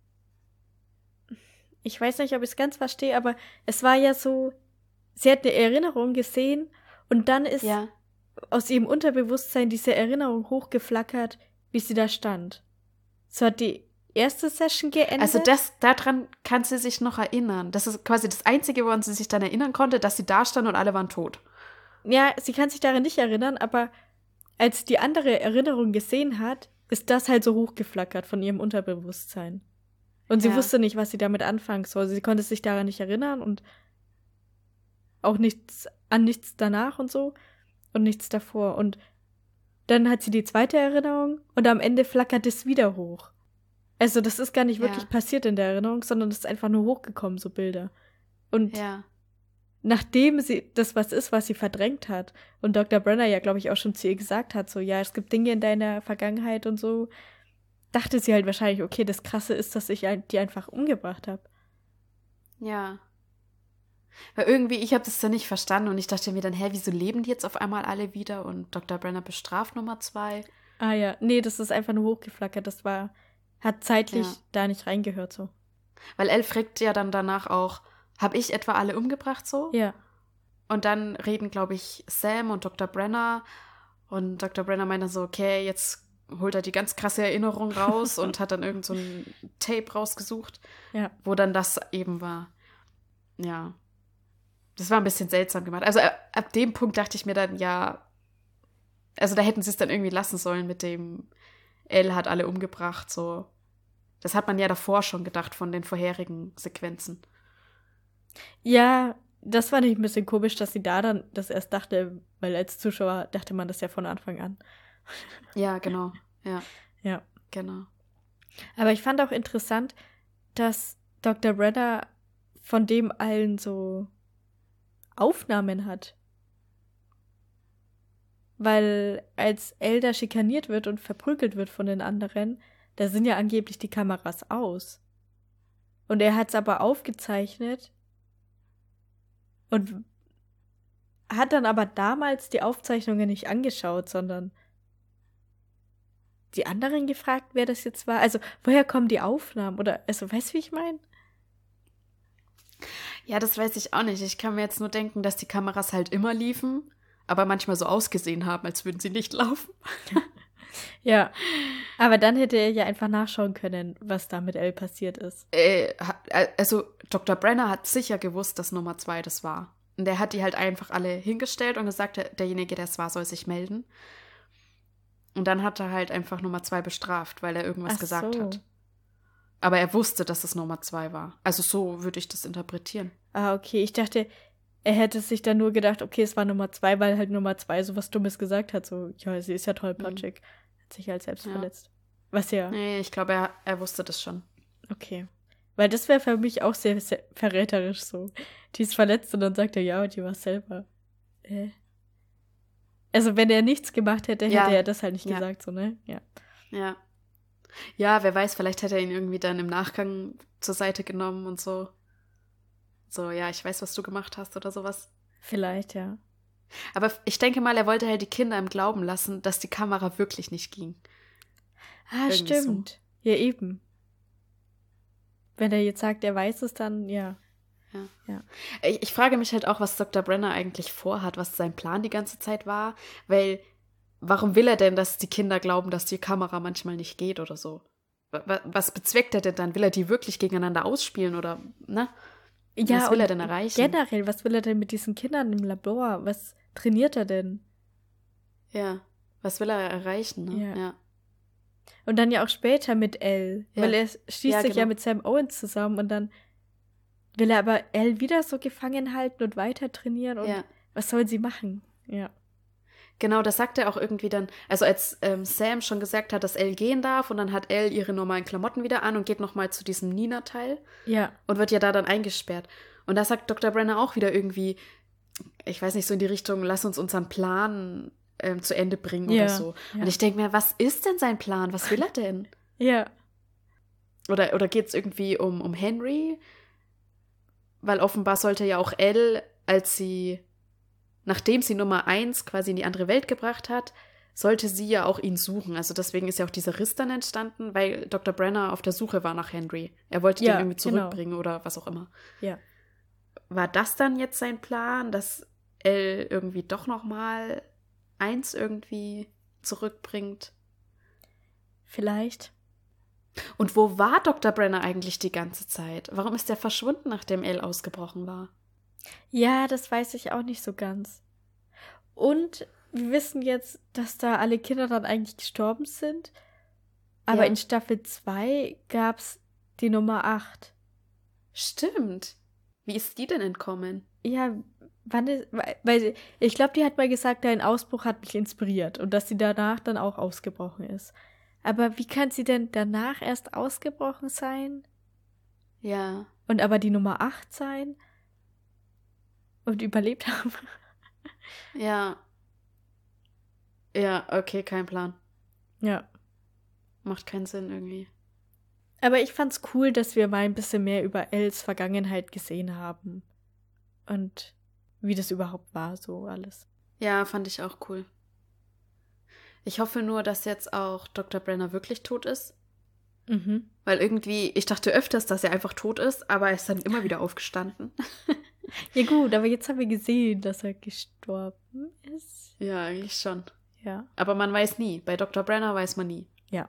Ich weiß nicht, ob ich es ganz verstehe, aber es war ja so, sie hat eine Erinnerung gesehen und dann ist Ja. aus ihrem Unterbewusstsein diese Erinnerung hochgeflackert, wie sie da stand. So hat die erste Session geendet. Also das, daran kann sie sich noch erinnern. Das ist quasi das Einzige, woran sie sich dann erinnern konnte, dass sie da stand und alle waren tot. Ja, sie kann sich daran nicht erinnern, aber als die andere Erinnerung gesehen hat, ist das halt so hochgeflackert von ihrem Unterbewusstsein. Und sie Ja. wusste nicht, was sie damit anfangen soll. Sie konnte sich daran nicht erinnern und auch nichts an nichts danach und so und nichts davor. Und dann hat sie die zweite Erinnerung und am Ende flackert es wieder hoch. Also das ist gar nicht Ja. wirklich passiert in der Erinnerung, sondern es ist einfach nur hochgekommen, so Bilder. Und Ja. nachdem sie das was ist, was sie verdrängt hat und Doktor Brenner ja, glaube ich, auch schon zu ihr gesagt hat, so, ja, es gibt Dinge in deiner Vergangenheit und so, dachte sie halt wahrscheinlich, okay, das Krasse ist, dass ich ein- die einfach umgebracht habe. Ja. Weil irgendwie, ich habe das dann nicht verstanden und ich dachte mir dann, hä, wieso leben die jetzt auf einmal alle wieder und Doktor Brenner bestraft Nummer zwei? Ah ja, nee, das ist einfach nur hochgeflackert, das war, hat zeitlich Ja. da nicht reingehört, so. Weil Elle fragt ja dann danach auch, habe ich etwa alle umgebracht so? Ja, Und dann reden, glaube ich, Sam und Doktor Brenner und Doktor Brenner meint dann so, okay, jetzt holt er die ganz krasse Erinnerung raus und hat dann irgend so ein Tape rausgesucht, ja. wo dann das eben war. Ja. Das war ein bisschen seltsam gemacht. Also ab, ab dem Punkt dachte ich mir dann, ja, also da hätten sie es dann irgendwie lassen sollen mit dem Elle hat alle umgebracht, so. Das hat man ja davor schon gedacht von den vorherigen Sequenzen. Ja, das fand ich ein bisschen komisch, dass sie da dann das erst dachte, weil als Zuschauer dachte man das ja von Anfang an. Ja, genau. Ja, Ja. genau. Aber ich fand auch interessant, dass Doktor Brenner von dem allen so Aufnahmen hat. Weil als Elder schikaniert wird und verprügelt wird von den anderen, da sind ja angeblich die Kameras aus. Und er hat es aber aufgezeichnet und hat dann aber damals die Aufzeichnungen nicht angeschaut, sondern die anderen gefragt, wer das jetzt war. Also, woher kommen die Aufnahmen? Oder, also, weißt du, wie ich meine? Ja, das weiß ich auch nicht. Ich kann mir jetzt nur denken, dass die Kameras halt immer liefen, aber manchmal so ausgesehen haben, als würden sie nicht laufen. Ja. Aber dann hätte er ja einfach nachschauen können, was da mit Elle passiert ist. Äh, ha- also Doktor Brenner hat sicher gewusst, dass Nummer zwei das war. Und der hat die halt einfach alle hingestellt und gesagt, der, derjenige, der es war, soll sich melden. Und dann hat er halt einfach Nummer zwei bestraft, weil er irgendwas Ach gesagt so. hat. Aber er wusste, dass es Nummer zwei war. Also so würde ich das interpretieren. Ah, okay. Ich dachte, er hätte sich dann nur gedacht, okay, es war Nummer zwei, weil halt Nummer zwei so was Dummes gesagt hat. So, ja, sie ist ja tollpatschig. Hat sich halt selbst Ja. verletzt. Was ja, Nee, ich glaube, er, er wusste das schon. okay. Weil das wäre für mich auch sehr, sehr verräterisch so. Die ist verletzt und dann sagt er, ja, die war selber. Äh. Also wenn er nichts gemacht hätte, hätte Ja. er das halt nicht Ja. gesagt, so, ne? Ja. Ja. Ja, wer weiß, vielleicht hätte er ihn irgendwie dann im Nachgang zur Seite genommen und so. So, ja, ich weiß, was du gemacht hast oder sowas. Vielleicht, ja. Aber ich denke mal, er wollte halt die Kinder im Glauben lassen, dass die Kamera wirklich nicht ging. Ah, Irgendwie stimmt. Ja, eben. Wenn er jetzt sagt, er weiß es, dann, ja. Ich, ich frage mich halt auch, was Doktor Brenner eigentlich vorhat, was sein Plan die ganze Zeit war, weil warum will er denn, dass die Kinder glauben, dass die Kamera manchmal nicht geht oder so? Wa- Was bezweckt er denn dann? Will er die wirklich gegeneinander ausspielen oder, ne? Ja, Was will er und denn erreichen? generell, was will er denn mit diesen Kindern im Labor? Was trainiert er denn? Ja, was will er erreichen, ne? Ja. Ja. Und dann ja auch später mit Elle. Ja. Weil er schließt Ja, sich ja genau. mit Sam Owens zusammen und dann will er aber Elle wieder so gefangen halten und weiter trainieren. Und Ja. was soll sie machen? Ja. Genau, das sagt er auch irgendwie dann, also als ähm, Sam schon gesagt hat, dass Elle gehen darf und dann hat Elle ihre normalen Klamotten wieder an und geht nochmal zu diesem Nina-Teil Ja. und wird ja da dann eingesperrt. Und da sagt Doktor Brenner auch wieder irgendwie, ich weiß nicht, so in die Richtung, lass uns unseren Plan ähm, zu Ende bringen Ja, oder so. ja. Und ich denke mir, was ist denn sein Plan? Was will er denn? Ja. Oder, oder geht es irgendwie um, um Henry? Weil offenbar sollte ja auch Elle, als sie, nachdem sie Nummer eins quasi in die andere Welt gebracht hat, sollte sie ja auch ihn suchen. Also deswegen ist ja auch dieser Riss dann entstanden, weil Doktor Brenner auf der Suche war nach Henry. Er wollte Ja, den irgendwie genau. zurückbringen oder was auch immer. Ja. War das dann jetzt sein Plan, dass Elle irgendwie doch noch mal eins irgendwie zurückbringt? Vielleicht. Und wo war Doktor Brenner eigentlich die ganze Zeit? Warum ist er verschwunden, nachdem Elle ausgebrochen war? Ja, das weiß ich auch nicht so ganz. Und wir wissen jetzt, dass da alle Kinder dann eigentlich gestorben sind. Aber Ja. in Staffel zwei gab es die Nummer acht. Stimmt. Wie ist die denn entkommen? Ja, wann ist, weil- weil ich glaube, die hat mal gesagt, dein Ausbruch hat mich inspiriert und dass sie danach dann auch ausgebrochen ist. Aber wie kann sie denn danach erst ausgebrochen sein Ja. und aber die Nummer acht sein und überlebt haben? Ja. Ja, okay, kein Plan. Ja. Macht keinen Sinn irgendwie. Aber ich fand's cool, dass wir mal ein bisschen mehr über Els Vergangenheit gesehen haben. Und wie das überhaupt war, so alles. Ja, fand ich auch cool. Ich hoffe nur, dass jetzt auch Doktor Brenner wirklich tot ist. Mhm. Weil irgendwie, ich dachte öfters, dass er einfach tot ist, aber er ist dann immer wieder aufgestanden. Ja gut, aber jetzt haben wir gesehen, dass er gestorben ist. Ja, eigentlich schon. Ja. Aber man weiß nie. Bei Doktor Brenner weiß man nie. Ja.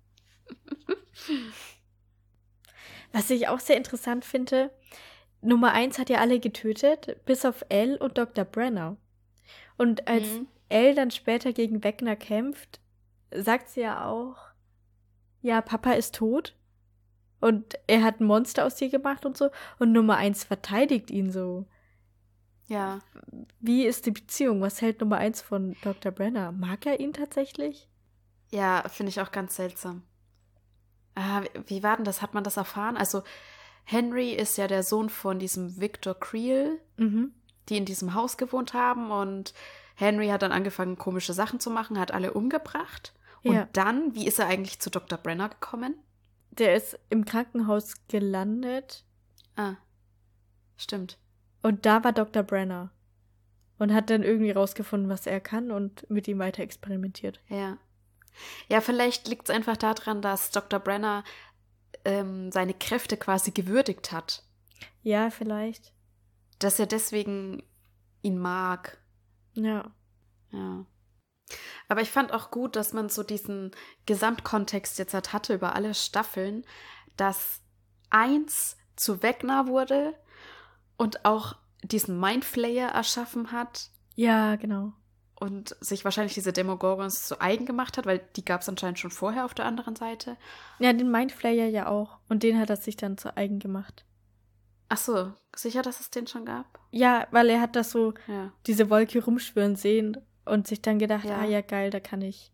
Was ich auch sehr interessant finde, Nummer eins hat ja alle getötet, bis auf Elle und Doktor Brenner. Und als Mhm. Elle dann später gegen Wegner kämpft, sagt sie ja auch, ja, Papa ist tot. Und er hat ein Monster aus dir gemacht und so. Und Nummer eins verteidigt ihn so. Ja. Wie ist die Beziehung? Was hält Nummer eins von Doktor Brenner? Mag er ihn tatsächlich? Ja, finde ich auch ganz seltsam. Ah, wie- wie war denn das? Hat man das erfahren? Also, Henry ist ja der Sohn von diesem Victor Creel, Mhm. die in diesem Haus gewohnt haben. Und Henry hat dann angefangen, komische Sachen zu machen, hat alle umgebracht. Und Ja. dann, wie ist er eigentlich zu Doktor Brenner gekommen? Der ist im Krankenhaus gelandet. Ah, stimmt. Und da war Doktor Brenner. Und hat dann irgendwie rausgefunden, was er kann und mit ihm weiter experimentiert. Ja. Ja, vielleicht liegt es einfach daran, dass Doktor Brenner ähm, seine Kräfte quasi gewürdigt hat. Ja, vielleicht. Dass er deswegen ihn mag. Ja. Ja. Aber ich fand auch gut, dass man so diesen Gesamtkontext jetzt halt hatte über alle Staffeln, dass eins zu Wegner wurde und auch diesen Mindflayer erschaffen hat Ja, genau. und sich wahrscheinlich diese Demogorgons zu eigen gemacht hat, weil die gab es anscheinend schon vorher auf der anderen Seite. Ja, den Mindflayer ja auch. Und den hat er sich dann zu eigen gemacht. Ach so, sicher, dass es den schon gab? Ja, weil er hat das so, Ja. diese Wolke rumschwirren sehen und sich dann gedacht, Ja. ah ja, geil, da kann ich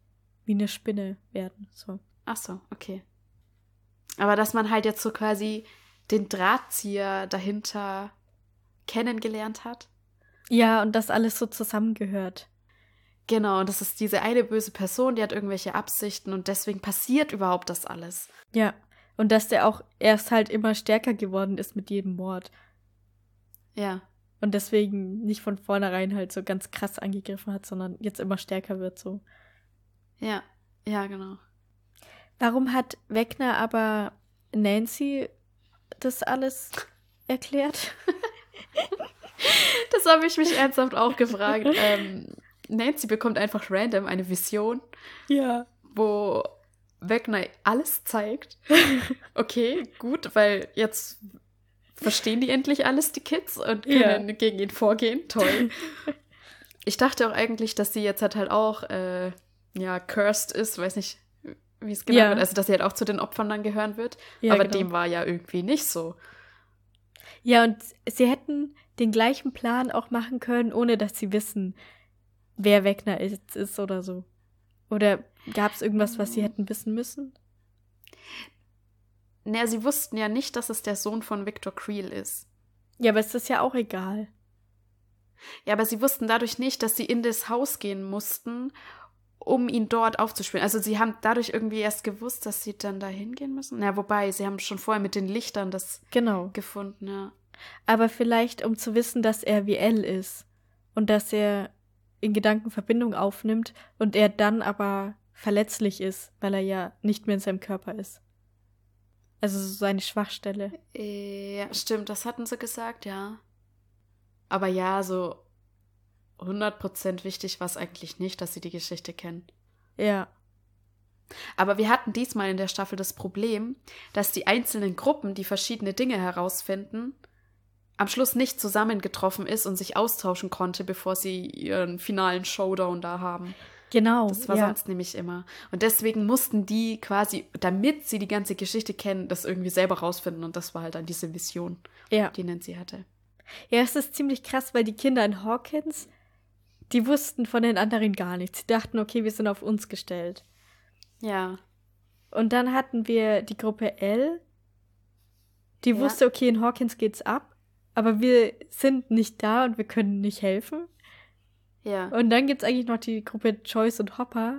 wie eine Spinne werden. So. Ach so, okay. Aber dass man halt jetzt so quasi den Drahtzieher dahinter kennengelernt hat. Ja, und das alles so zusammengehört. Genau, und das ist diese eine böse Person, die hat irgendwelche Absichten und deswegen passiert überhaupt das alles. Ja, und dass der auch erst halt immer stärker geworden ist mit jedem Mord. Ja. Und deswegen nicht von vornherein halt so ganz krass angegriffen hat, sondern jetzt immer stärker wird so. Ja, ja, genau. Warum hat Vecna aber Nancy das alles erklärt? Das habe ich mich ernsthaft auch gefragt. Ähm, Nancy bekommt einfach random eine Vision, Ja. wo Vecna alles zeigt. Okay, gut, weil jetzt verstehen die endlich alles, die Kids, und können ja. gegen ihn vorgehen. Toll. Ich dachte auch eigentlich, dass sie jetzt halt, halt auch äh, ja, cursed ist, weiß nicht, wie es genau ja. wird. Also, dass sie halt auch zu den Opfern dann gehören wird. Ja, aber genau. dem war ja irgendwie nicht so. Ja, und sie hätten den gleichen Plan auch machen können, ohne dass sie wissen, wer Vecna ist, ist oder so. Oder gab es irgendwas, was sie hätten wissen müssen? Naja, sie wussten ja nicht, dass es der Sohn von Victor Creel ist. Ja, aber es ist ja auch egal. Ja, aber sie wussten dadurch nicht, dass sie in das Haus gehen mussten, um ihn dort aufzuspüren. Also sie haben dadurch irgendwie erst gewusst, dass sie dann da hingehen müssen. Na, wobei, sie haben schon vorher mit den Lichtern das genau. gefunden, ja. Aber vielleicht, um zu wissen, dass er wie Elle ist und dass er in Gedanken Verbindung aufnimmt und er dann aber verletzlich ist, weil er ja nicht mehr in seinem Körper ist. Also so seine Schwachstelle. Ja, stimmt, das hatten sie gesagt, ja. Aber ja, so hundert Prozent wichtig war es eigentlich nicht, dass sie die Geschichte kennen. Ja. Aber wir hatten diesmal in der Staffel das Problem, dass die einzelnen Gruppen, die verschiedene Dinge herausfinden, am Schluss nicht zusammengetroffen ist und sich austauschen konnte, bevor sie ihren finalen Showdown da haben. Genau. Das war ja. sonst nämlich immer. Und deswegen mussten die quasi, damit sie die ganze Geschichte kennen, das irgendwie selber rausfinden. Und das war halt dann diese Vision, ja. die Nancy hatte. Ja, es ist ziemlich krass, weil die Kinder in Hawkins, die wussten von den anderen gar nichts. Sie dachten, okay, wir sind auf uns gestellt. Ja. Und dann hatten wir die Gruppe L, die ja. wusste, okay, in Hawkins geht's ab, aber wir sind nicht da und wir können nicht helfen. Ja. Und dann gibt's eigentlich noch die Gruppe Joyce und Hopper,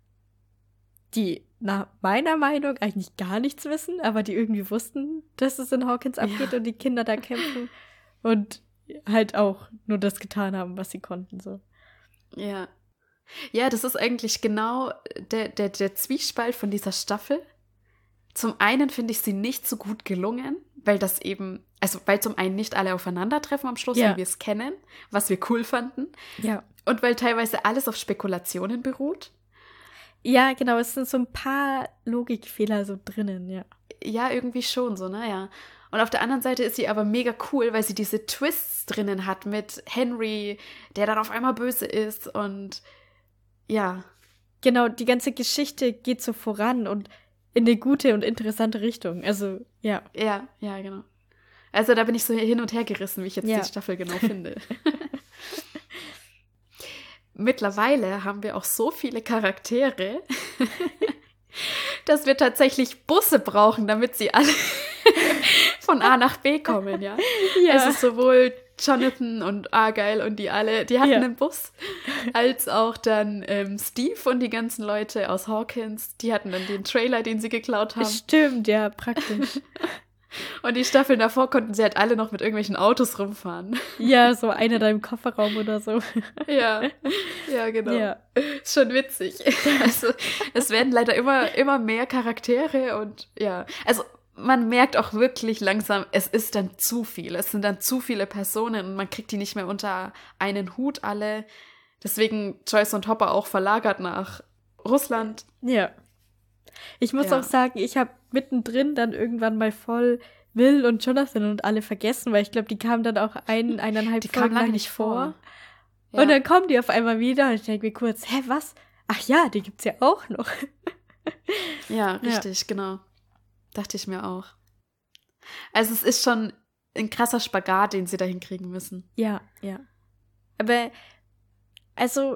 die nach meiner Meinung eigentlich gar nichts wissen, aber die irgendwie wussten, dass es in Hawkins abgeht ja. und die Kinder da kämpfen und halt auch nur das getan haben, was sie konnten, so. Ja. Ja, das ist eigentlich genau der, der, der Zwiespalt von dieser Staffel. Zum einen finde ich sie nicht so gut gelungen, weil das eben, also weil zum einen nicht alle aufeinandertreffen am Schluss, ja. wie wir es kennen, was wir cool fanden. Ja. Und weil teilweise alles auf Spekulationen beruht. Ja, genau, es sind so ein paar Logikfehler so drinnen, ja. Ja, irgendwie schon so, naja. Und auf der anderen Seite ist sie aber mega cool, weil sie diese Twists drinnen hat mit Henry, der dann auf einmal böse ist und ja. Genau, die ganze Geschichte geht so voran und in eine gute und interessante Richtung. Also, ja. Ja, ja, genau. Also da bin ich so hin und her gerissen, wie ich jetzt ja. die Staffel genau finde. Mittlerweile haben wir auch so viele Charaktere, dass wir tatsächlich Busse brauchen, damit sie alle von A nach B kommen, ja. ja. Also sowohl Jonathan und Argyle und die alle, die hatten ja. einen Bus, als auch dann ähm, Steve und die ganzen Leute aus Hawkins, die hatten dann den Trailer, den sie geklaut haben. Stimmt, ja, praktisch. Und die Staffeln davor konnten sie halt alle noch mit irgendwelchen Autos rumfahren. Ja, so einer da im Kofferraum oder so. Ja, ja, genau. Ja. Ist schon witzig. Also, es werden leider immer, immer mehr Charaktere und ja, also man merkt auch wirklich langsam, es ist dann zu viel. Es sind dann zu viele Personen und man kriegt die nicht mehr unter einen Hut alle. Deswegen Joyce und Hopper auch verlagert nach Russland. Ja. Ich muss ja. auch sagen, ich habe mittendrin dann irgendwann mal voll Will und Jonathan und alle vergessen, weil ich glaube, die kamen dann auch ein, eineinhalb die Folgen lange lang nicht vor. vor. Ja. Und dann kommen die auf einmal wieder und ich denke mir kurz, hä, was? Ach ja, die gibt's ja auch noch. Ja, richtig, ja. genau. Dachte ich mir auch. Also es ist schon ein krasser Spagat, den sie da hinkriegen müssen. Ja, ja. Aber, also,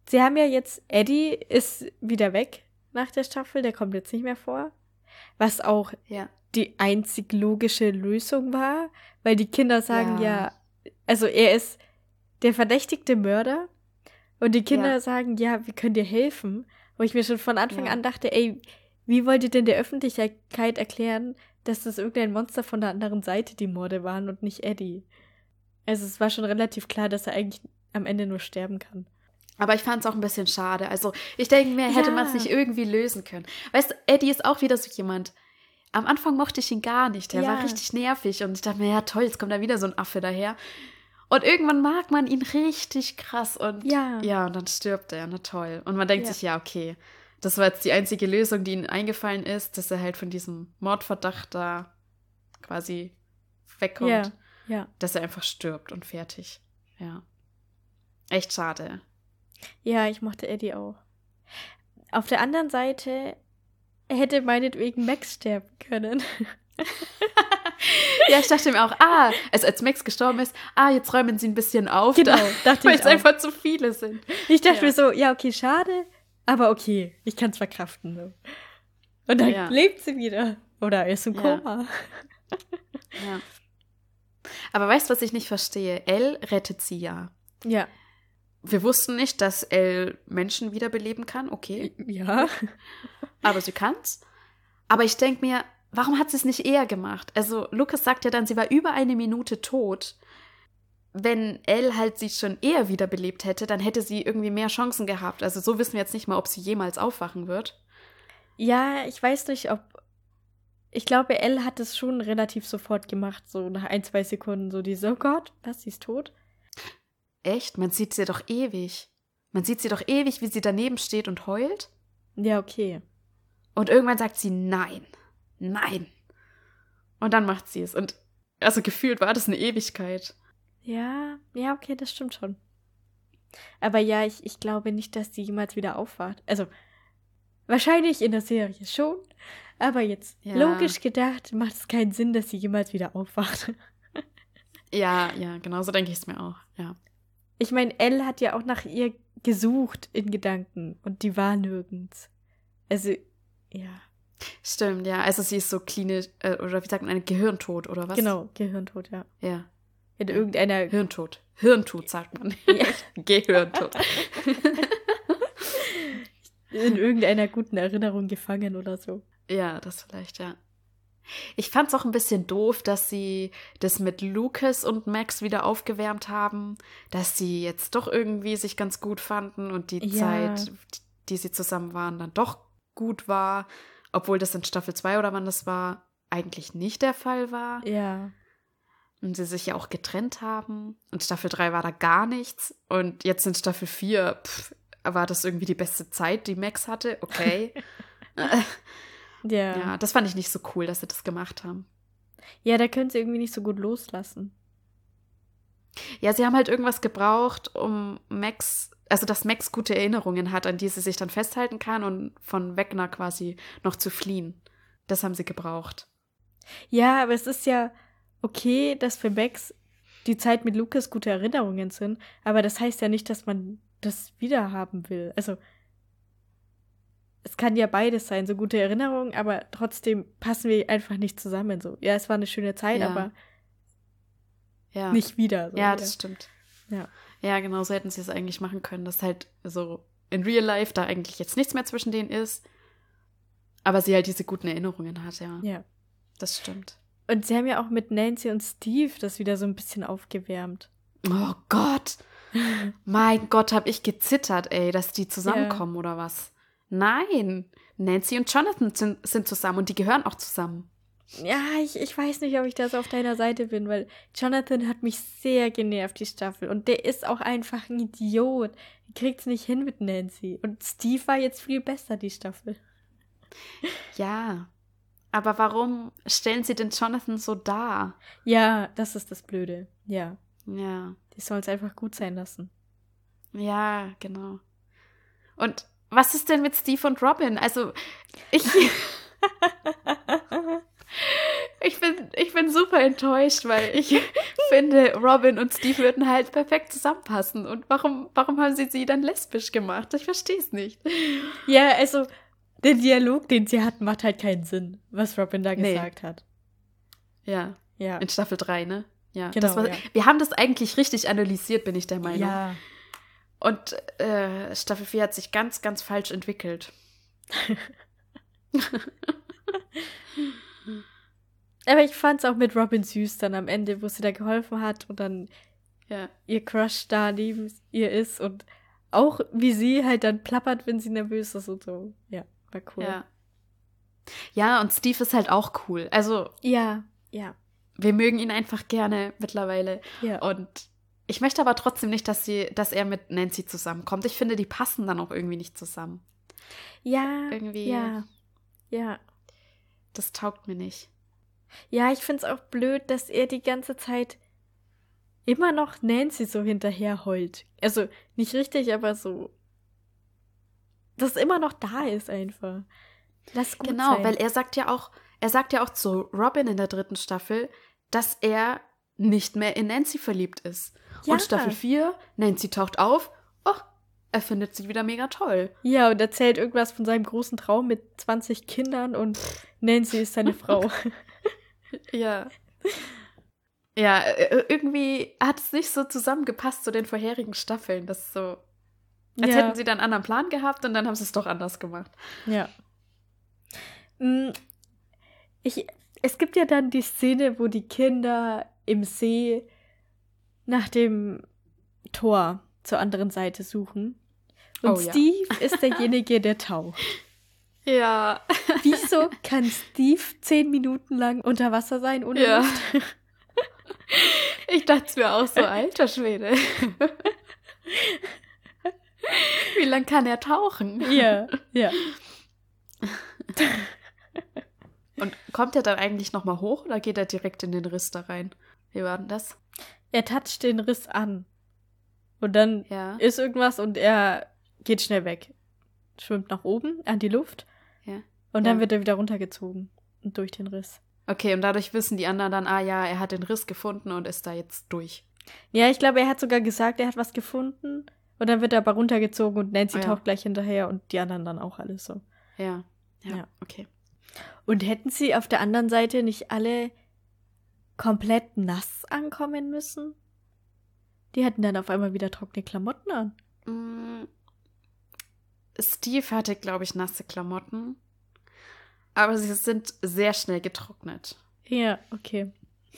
sie haben ja jetzt, Eddie ist wieder weg nach der Staffel, der kommt jetzt nicht mehr vor. Was auch Ja. die einzig logische Lösung war, weil die Kinder sagen ja, Ja. also er ist der verdächtigte Mörder und die Kinder Ja. sagen, ja, wir können dir helfen. Wo ich mir schon von Anfang Ja. an dachte, ey, wie wollt ihr denn der Öffentlichkeit erklären, dass das irgendein Monster von der anderen Seite die Morde waren und nicht Eddie? Also es war schon relativ klar, dass er eigentlich am Ende nur sterben kann. Aber ich fand es auch ein bisschen schade. Also ich denke mir, hätte Ja. man es nicht irgendwie lösen können. Weißt du, Eddie ist auch wieder so jemand. Am Anfang mochte ich ihn gar nicht. Der Ja. war richtig nervig. Und ich dachte mir, ja toll, jetzt kommt da wieder so ein Affe daher. Und irgendwann mag man ihn richtig krass. Und Ja. ja, und dann stirbt er. Na toll. Und man denkt Ja. sich, ja, okay. Das war jetzt die einzige Lösung, die ihm eingefallen ist, dass er halt von diesem Mordverdacht da quasi wegkommt. Ja, ja. Dass er einfach stirbt und fertig. Ja. Echt schade. Ja, ich mochte Eddie auch. Auf der anderen Seite hätte meinetwegen Max sterben können. Ja, ich dachte mir auch, ah, also als Max gestorben ist, ah, jetzt räumen sie ein bisschen auf, Genau, da, dachte weil ich es auch. einfach zu viele sind. Ich dachte Ja. mir so, ja, okay, schade, aber okay, ich kann es verkraften. So. Und dann Ja. lebt sie wieder. Oder ist im Ja. Koma. Ja. Aber weißt du, was ich nicht verstehe? Elle rettet sie ja. Ja. Wir wussten nicht, dass Elle Menschen wiederbeleben kann, okay, Ja. aber sie kann's. Aber ich denke mir, warum hat sie es nicht eher gemacht? Also Lucas sagt ja dann, sie war über eine Minute tot. Wenn Elle halt sie schon eher wiederbelebt hätte, dann hätte sie irgendwie mehr Chancen gehabt. Also so wissen wir jetzt nicht mal, ob sie jemals aufwachen wird. Ja, ich weiß nicht, ob. Ich glaube, Elle hat es schon relativ sofort gemacht, so nach ein, zwei Sekunden, so diese, oh Gott, was, sie ist tot? Echt? Man sieht sie doch ewig. Man sieht sie doch ewig, wie sie daneben steht und heult. Ja, okay. Und irgendwann sagt sie nein. Nein. Und dann macht sie es. Und also gefühlt war das eine Ewigkeit. Ja, ja, okay, das stimmt schon. Aber ja, ich, ich glaube nicht, dass sie jemals wieder aufwacht. Also, wahrscheinlich in der Serie schon, aber jetzt Ja. logisch gedacht macht es keinen Sinn, dass sie jemals wieder aufwacht. Ja, ja, genau so denke ich es mir auch. Ja. Ich meine, Elle hat ja auch nach ihr gesucht in Gedanken und die war nirgends. Also, ja, Stimmt, ja. Also sie ist so klinisch, äh, oder wie sagt man, eine Gehirntod, oder was? genau, Gehirntod, ja. Ja. In Ja. irgendeiner. Hirntod. Hirntod, sagt man. Ja. Gehirntod. in irgendeiner guten Erinnerung gefangen oder so. Ja, das vielleicht, ja. Ich fand's auch ein bisschen doof, dass sie das mit Lucas und Max wieder aufgewärmt haben, dass sie jetzt doch irgendwie sich ganz gut fanden und die Ja. Zeit, die sie zusammen waren, dann doch gut war, obwohl das in Staffel zwei oder wann das war, eigentlich nicht der Fall war. Ja. Und sie sich ja auch getrennt haben. Und Staffel drei war da gar nichts. Und jetzt in Staffel vier pff, war das irgendwie die beste Zeit, die Max hatte. Okay. Ja. Ja, das fand ich nicht so cool, dass sie das gemacht haben. Ja, da können sie irgendwie nicht so gut loslassen. Ja, sie haben halt irgendwas gebraucht, um Max, also dass Max gute Erinnerungen hat, an die sie sich dann festhalten kann und von Wegner quasi noch zu fliehen. Das haben sie gebraucht. Ja, aber es ist ja okay, dass für Max die Zeit mit Lucas gute Erinnerungen sind, aber das heißt ja nicht, dass man das wiederhaben will. Also, es kann ja beides sein, so gute Erinnerungen, aber trotzdem passen wir einfach nicht zusammen. So, ja, es war eine schöne Zeit, Ja. aber Ja. nicht wieder. So, Ja, das stimmt. Ja. Ja, genau, so hätten sie es eigentlich machen können, dass halt so in Real Life da eigentlich jetzt nichts mehr zwischen denen ist, aber sie halt diese guten Erinnerungen hat, ja. Ja. Das stimmt. Und sie haben ja auch mit Nancy und Steve das wieder so ein bisschen aufgewärmt. Oh Gott! Mein Gott, hab ich gezittert, ey, dass die zusammenkommen oder was? Nein! Nancy und Jonathan sind, sind zusammen und die gehören auch zusammen. Ja, ich, ich weiß nicht, ob ich da so auf deiner Seite bin, weil Jonathan hat mich sehr genervt, die Staffel. Und der ist auch einfach ein Idiot. Er kriegt's nicht hin mit Nancy. Und Steve war jetzt viel besser, die Staffel. Ja, aber warum stellen sie den Jonathan so dar? Ja, das ist das Blöde. Ja, Ja, die soll es einfach gut sein lassen. ja, genau. Und was ist denn mit Steve und Robin? Also, ich... Ich bin, ich bin super enttäuscht, weil ich finde, Robin und Steve würden halt perfekt zusammenpassen. Und warum, warum haben sie sie dann lesbisch gemacht? Ich verstehe es nicht. Ja, also, der Dialog, den sie hatten, macht halt keinen Sinn, was Robin da Nee. gesagt hat. Ja, Ja. in Staffel drei, ne? Ja, Genau, das war, ja. wir haben das eigentlich richtig analysiert, bin ich der Meinung. Ja. Und äh, Staffel vier hat sich ganz, ganz falsch entwickelt. Aber ich fand's auch mit Robin süß dann am Ende, wo sie da geholfen hat und dann Ja. ihr Crush da neben ihr ist und auch wie sie halt dann plappert, wenn sie nervös ist und so. Ja, war cool. Ja. Ja, und Steve ist halt auch cool. Also, Ja, ja. wir mögen ihn einfach gerne mittlerweile. Ja. Und ich möchte aber trotzdem nicht, dass sie, dass er mit Nancy zusammenkommt. Ich finde, die passen dann auch irgendwie nicht zusammen. Ja, Irgendwie- ja, ja. Das taugt mir nicht. Ja, ich find's auch blöd, dass er die ganze Zeit immer noch Nancy so hinterher heult. Also, nicht richtig, aber so. Dass immer noch da ist einfach. Lass gut Genau, sein. weil er sagt ja auch, er sagt ja auch zu Robin in der dritten Staffel, dass er nicht mehr in Nancy verliebt ist. Ja. Und Staffel vier, Nancy taucht auf, oh, er findet sie wieder mega toll. Ja, und erzählt irgendwas von seinem großen Traum mit zwanzig Kindern und Nancy ist seine Frau. Ja. Ja, äh, irgendwie hat es nicht so zusammengepasst zu den vorherigen Staffeln. Das ist so, als Ja. hätten sie dann einen anderen Plan gehabt und dann haben sie es doch anders gemacht. Ja. Mm, Ich, es gibt ja dann die Szene, wo die Kinder im See nach dem Tor zur anderen Seite suchen. Und Oh ja. Steve ist derjenige, der taucht. Ja. Wieso kann Steve zehn Minuten lang unter Wasser sein ohne Ja. Luft? Ich dachte es mir auch so, alter Schwede. Wie lang kann er tauchen? Ja, ja. Und kommt er dann eigentlich nochmal hoch oder geht er direkt in den Riss da rein? Wie war denn das? Er toucht den Riss an. Und dann Ja. ist irgendwas und er geht schnell weg. Schwimmt nach oben, an die Luft. Ja. Und dann Ja. wird er wieder runtergezogen. Und durch den Riss. Okay, und dadurch wissen die anderen dann, ah ja, er hat den Riss gefunden und ist da jetzt durch. Ja, ich glaube, er hat sogar gesagt, er hat was gefunden. Und dann wird er aber runtergezogen und Nancy Oh ja. taucht gleich hinterher und die anderen dann auch alles so. Ja. Ja, Ja. okay. Und hätten sie auf der anderen Seite nicht alle komplett nass ankommen müssen? Die hatten dann auf einmal wieder trockene Klamotten an. Mm, Steve hatte, glaube ich, nasse Klamotten. Aber sie sind sehr schnell getrocknet. Ja, okay.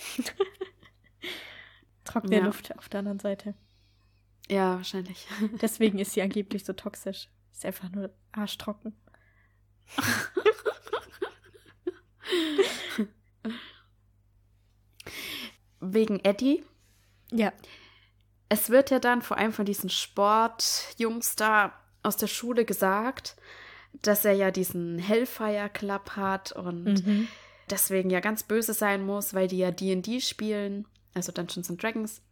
Trockene Ja. Luft auf der anderen Seite. Ja, wahrscheinlich. Deswegen ist sie angeblich so toxisch. Ist einfach nur arschtrocken. Wegen Eddie. Ja. Es wird ja dann vor allem von diesen Sportjungs da aus der Schule gesagt, dass er ja diesen Hellfire Club hat und Mhm. deswegen ja ganz böse sein muss, weil die ja D und D spielen, also Dungeons and Dragons.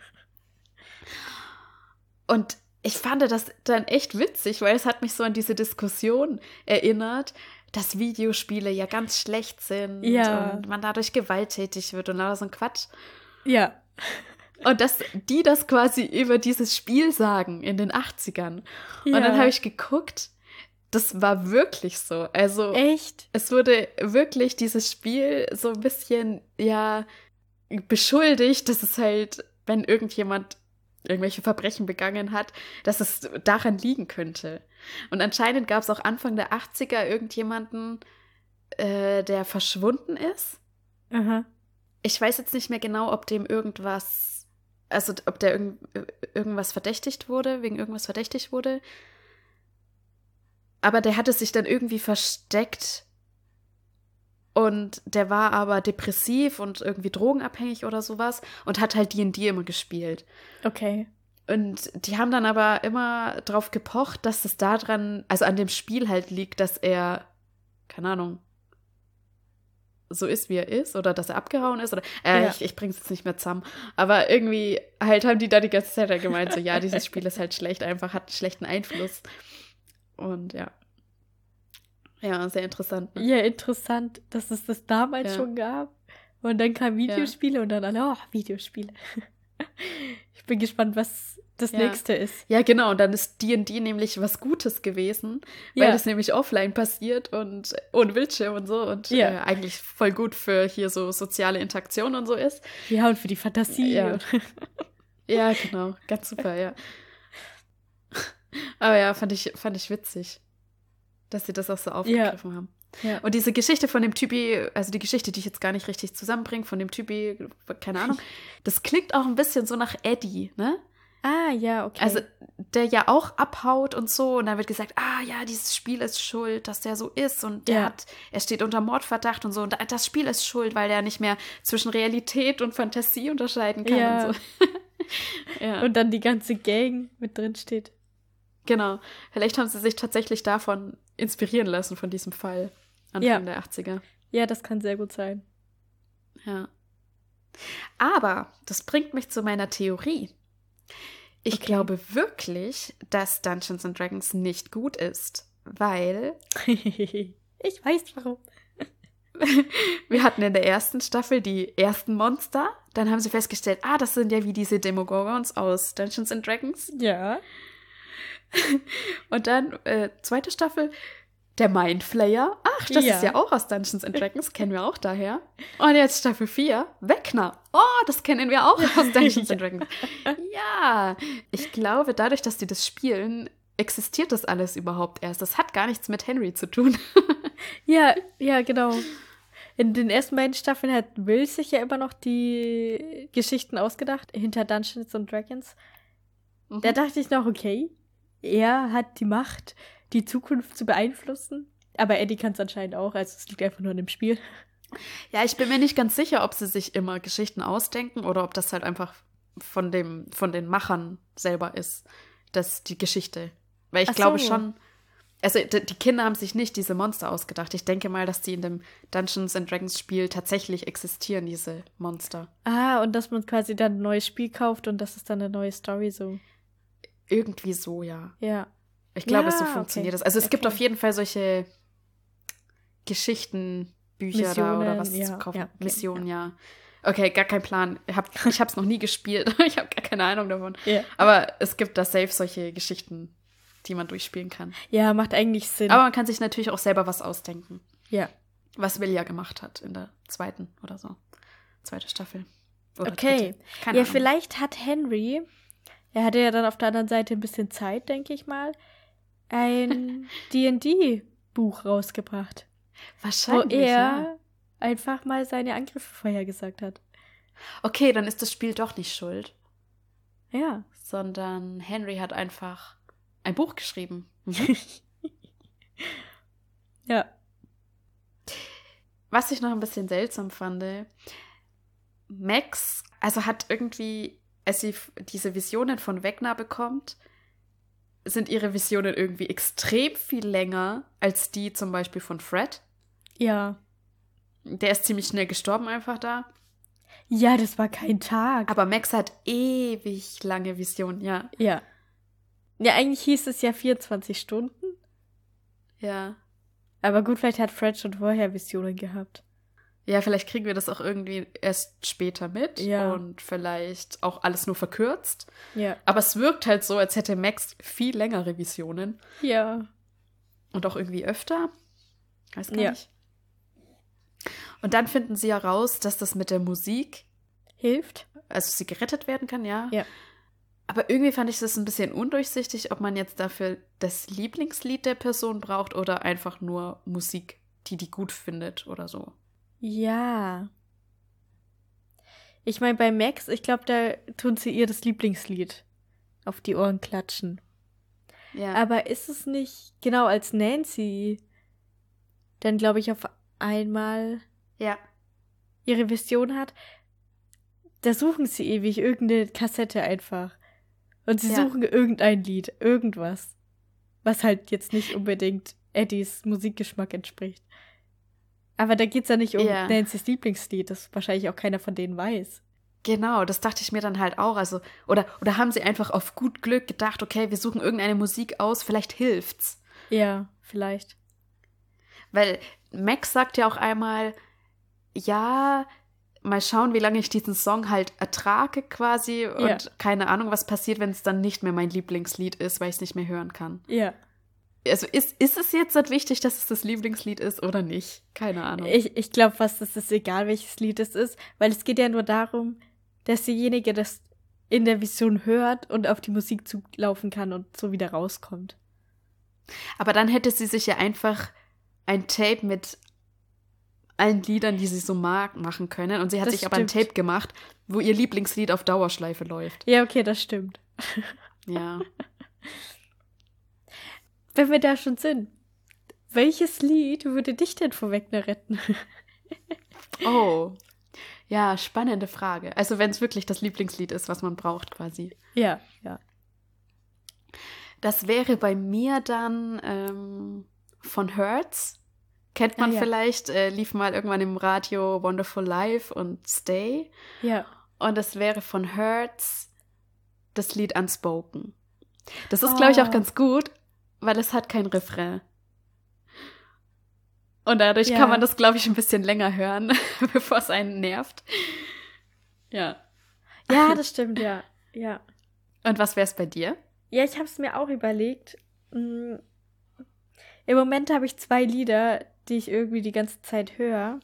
Und ich fand das dann echt witzig, weil es hat mich so an diese Diskussion erinnert, dass Videospiele ja ganz schlecht sind Ja. und man dadurch gewalttätig wird und lauter so ein Quatsch. Ja. Und dass die das quasi über dieses Spiel sagen in den achtzigern. Ja. Und dann habe ich geguckt, das war wirklich so. Also Echt? es wurde wirklich dieses Spiel so ein bisschen, ja, beschuldigt, dass es halt, wenn irgendjemand irgendwelche Verbrechen begangen hat, dass es daran liegen könnte. Und anscheinend gab es auch Anfang der achtziger irgendjemanden, äh, der verschwunden ist. Aha. Ich weiß jetzt nicht mehr genau, ob dem irgendwas, also ob der irg irgendwas verdächtigt wurde, wegen irgendwas verdächtigt wurde. Aber der hatte sich dann irgendwie versteckt und der war aber depressiv und irgendwie drogenabhängig oder sowas und hat halt D und D immer gespielt. Okay. Und die haben dann aber immer drauf gepocht, dass es daran, also an dem Spiel halt liegt, dass er, keine Ahnung, so ist, wie er ist, oder dass er abgehauen ist, oder, äh, Ja. ich, ich bring's jetzt nicht mehr zusammen. Aber irgendwie halt haben die da die ganze Zeit halt gemeint, so, ja, dieses Spiel ist halt schlecht, einfach hat einen schlechten Einfluss. Und ja. Ja, sehr interessant. Ne? Ja, interessant, dass es das damals Ja. schon gab. Und dann kamen Videospiele ja. und dann alle, oh, Videospiele. Ich bin gespannt, was das ja. nächste ist. Ja, genau. Und dann ist D und D nämlich was Gutes gewesen, weil ja. das nämlich offline passiert und ohne Bildschirm und so und ja. äh, eigentlich voll gut für hier so soziale Interaktion und so ist. Ja, und für die Fantasie. Ja, ja genau. Ganz super, ja. Aber ja, fand ich, fand ich witzig, dass sie das auch so aufgegriffen ja. haben. Ja. Und diese Geschichte von dem Typi, also die Geschichte, die ich jetzt gar nicht richtig zusammenbringe, von dem Typi, keine Ahnung, das klingt auch ein bisschen so nach Eddie, ne? Ah, ja, okay. Also der ja auch abhaut und so und dann wird gesagt, ah ja, dieses Spiel ist schuld, dass der so ist und der ja. hat, er steht unter Mordverdacht und so und das Spiel ist schuld, weil der nicht mehr zwischen Realität und Fantasie unterscheiden kann ja. und so. ja. Und dann die ganze Gang mit drin steht. Genau. Vielleicht haben sie sich tatsächlich davon inspirieren lassen, von diesem Fall Anfang ja. der achtziger. Ja, das kann sehr gut sein. Ja. Aber das bringt mich zu meiner Theorie. Ich okay. glaube wirklich, dass Dungeons and Dragons nicht gut ist, weil ich weiß warum. wir hatten in der ersten Staffel die ersten Monster. Dann haben sie festgestellt, ah, das sind ja wie diese Demogorgons aus Dungeons and Dragons. Ja. Und dann, äh, zweite Staffel, der Mindflayer. Ach, das ja. ist ja auch aus Dungeons and Dragons, kennen wir auch daher. Und jetzt Staffel vier, Vecna. Oh, das kennen wir auch aus Dungeons and Dragons. Ja, ich glaube, dadurch, dass die das spielen, existiert das alles überhaupt erst. Das hat gar nichts mit Henry zu tun. ja, ja, genau. In den ersten beiden Staffeln hat Will sich ja immer noch die Geschichten ausgedacht, hinter Dungeons and Dragons. Mhm. Da dachte ich noch, okay, er hat die Macht, die Zukunft zu beeinflussen. Aber Eddie kann es anscheinend auch, also es liegt einfach nur in dem Spiel. Ja, ich bin mir nicht ganz sicher, ob sie sich immer Geschichten ausdenken oder ob das halt einfach von dem, von den Machern selber ist, das die Geschichte. Weil ich Ach glaube so. schon, also d- die Kinder haben sich nicht diese Monster ausgedacht. Ich denke mal, dass die in dem Dungeons and Dragons Spiel tatsächlich existieren, diese Monster. Ah, und dass man quasi dann ein neues Spiel kauft und das ist dann eine neue Story so. Irgendwie so, ja. Ja. Ich glaube, Ja, so funktioniert okay. das. Also es gibt Okay. auf jeden Fall solche Geschichtenbücher da oder was Missionen, zu ja, kaufen. ja, okay, Missionen, ja. Okay, gar kein Plan. Ich habe ich hab's noch nie gespielt. Ich habe gar keine Ahnung davon. Ja. Aber es gibt da safe solche Geschichten, die man durchspielen kann. Ja, macht eigentlich Sinn. Aber man kann sich natürlich auch selber was ausdenken. ja. Was Will ja gemacht hat in der zweiten oder so. Zweite Staffel. Oder Okay. dritte. Keine Ja, Ahnung. vielleicht hat Henry, er hatte ja dann auf der anderen Seite ein bisschen Zeit, denke ich mal, ein D und D-Buch rausgebracht, wo Wahrscheinlich, er ja. einfach mal seine Angriffe vorhergesagt hat. Okay, dann ist das Spiel doch nicht schuld. Ja. Sondern Henry hat einfach ein Buch geschrieben. Mhm. Ja. Was ich noch ein bisschen seltsam fand, Max, also hat irgendwie, als sie f- diese Visionen von Vecna bekommt, sind ihre Visionen irgendwie extrem viel länger als die zum Beispiel von Fred. Ja. Der ist ziemlich schnell gestorben einfach da. Ja, das war kein Tag. Aber Max hat ewig lange Visionen, ja. ja. Ja, eigentlich hieß es ja vierundzwanzig Stunden. Ja. Aber gut, vielleicht hat Fred schon vorher Visionen gehabt. Ja, vielleicht kriegen wir das auch irgendwie erst später mit Ja. und vielleicht auch alles nur verkürzt. Ja. Aber es wirkt halt so, als hätte Max viel längere Visionen. Ja. Und auch irgendwie öfter. Weiß gar Ja. nicht. Und dann finden sie heraus, dass das mit der Musik, Hilft? also sie gerettet werden kann, ja. Ja. Aber irgendwie fand ich das ein bisschen undurchsichtig, ob man jetzt dafür das Lieblingslied der Person braucht oder einfach nur Musik, die die gut findet oder so. Ja. Ich meine, bei Max, ich glaube, da tun sie ihr das Lieblingslied auf die Ohren klatschen. Ja. Aber ist es nicht, genau, als Nancy dann, glaube ich, auf einmal ja. ihre Vision hat, da suchen sie ewig irgendeine Kassette einfach. Und sie Ja. suchen irgendein Lied, irgendwas. Was halt jetzt nicht unbedingt Eddies Musikgeschmack entspricht. Aber da geht's ja nicht um Ja. Nancy's Lieblingslied, das wahrscheinlich auch keiner von denen weiß. Genau, das dachte ich mir dann halt auch. Also, oder, oder haben sie einfach auf gut Glück gedacht, okay, wir suchen irgendeine Musik aus, vielleicht hilft's. Ja, vielleicht. Weil Max sagt ja auch einmal, ja, mal schauen, wie lange ich diesen Song halt ertrage quasi und Ja. keine Ahnung, was passiert, wenn es dann nicht mehr mein Lieblingslied ist, weil ich es nicht mehr hören kann. Ja. Also ist, ist es jetzt nicht wichtig, dass es das Lieblingslied ist oder nicht? Keine Ahnung. Ich, ich glaube fast, es ist egal, welches Lied es ist, weil es geht ja nur darum, dass derjenige das in der Vision hört und auf die Musik zulaufen kann und so wieder rauskommt. Aber dann hätte sie sich ja einfach ein Tape mit allen Liedern, die sie so mag, machen können. Und sie hat Das sich aber ein stimmt. Tape gemacht, wo ihr Lieblingslied auf Dauerschleife läuft. Ja, okay, das stimmt. Ja. Wenn wir da schon sind, welches Lied würde dich denn vor Wegner retten? Oh. Ja, spannende Frage. Also wenn es wirklich das Lieblingslied ist, was man braucht quasi. Ja, ja. Das wäre bei mir dann ähm, von Hurts. Kennt man Ah, ja. vielleicht, äh, lief mal irgendwann im Radio Wonderful Life und Stay. Ja. Und das wäre von Hurts das Lied Unspoken. Das ist, glaube ich, auch Oh. ganz gut, weil es hat kein Refrain. Und dadurch Ja. kann man das, glaube ich, ein bisschen länger hören, bevor es einen nervt. Ja. Ja, das stimmt, ja. Ja. Und was wäre es bei dir? Ja, ich habe es mir auch überlegt. Mm, Im Moment habe ich zwei Lieder, die ich irgendwie die ganze Zeit höre.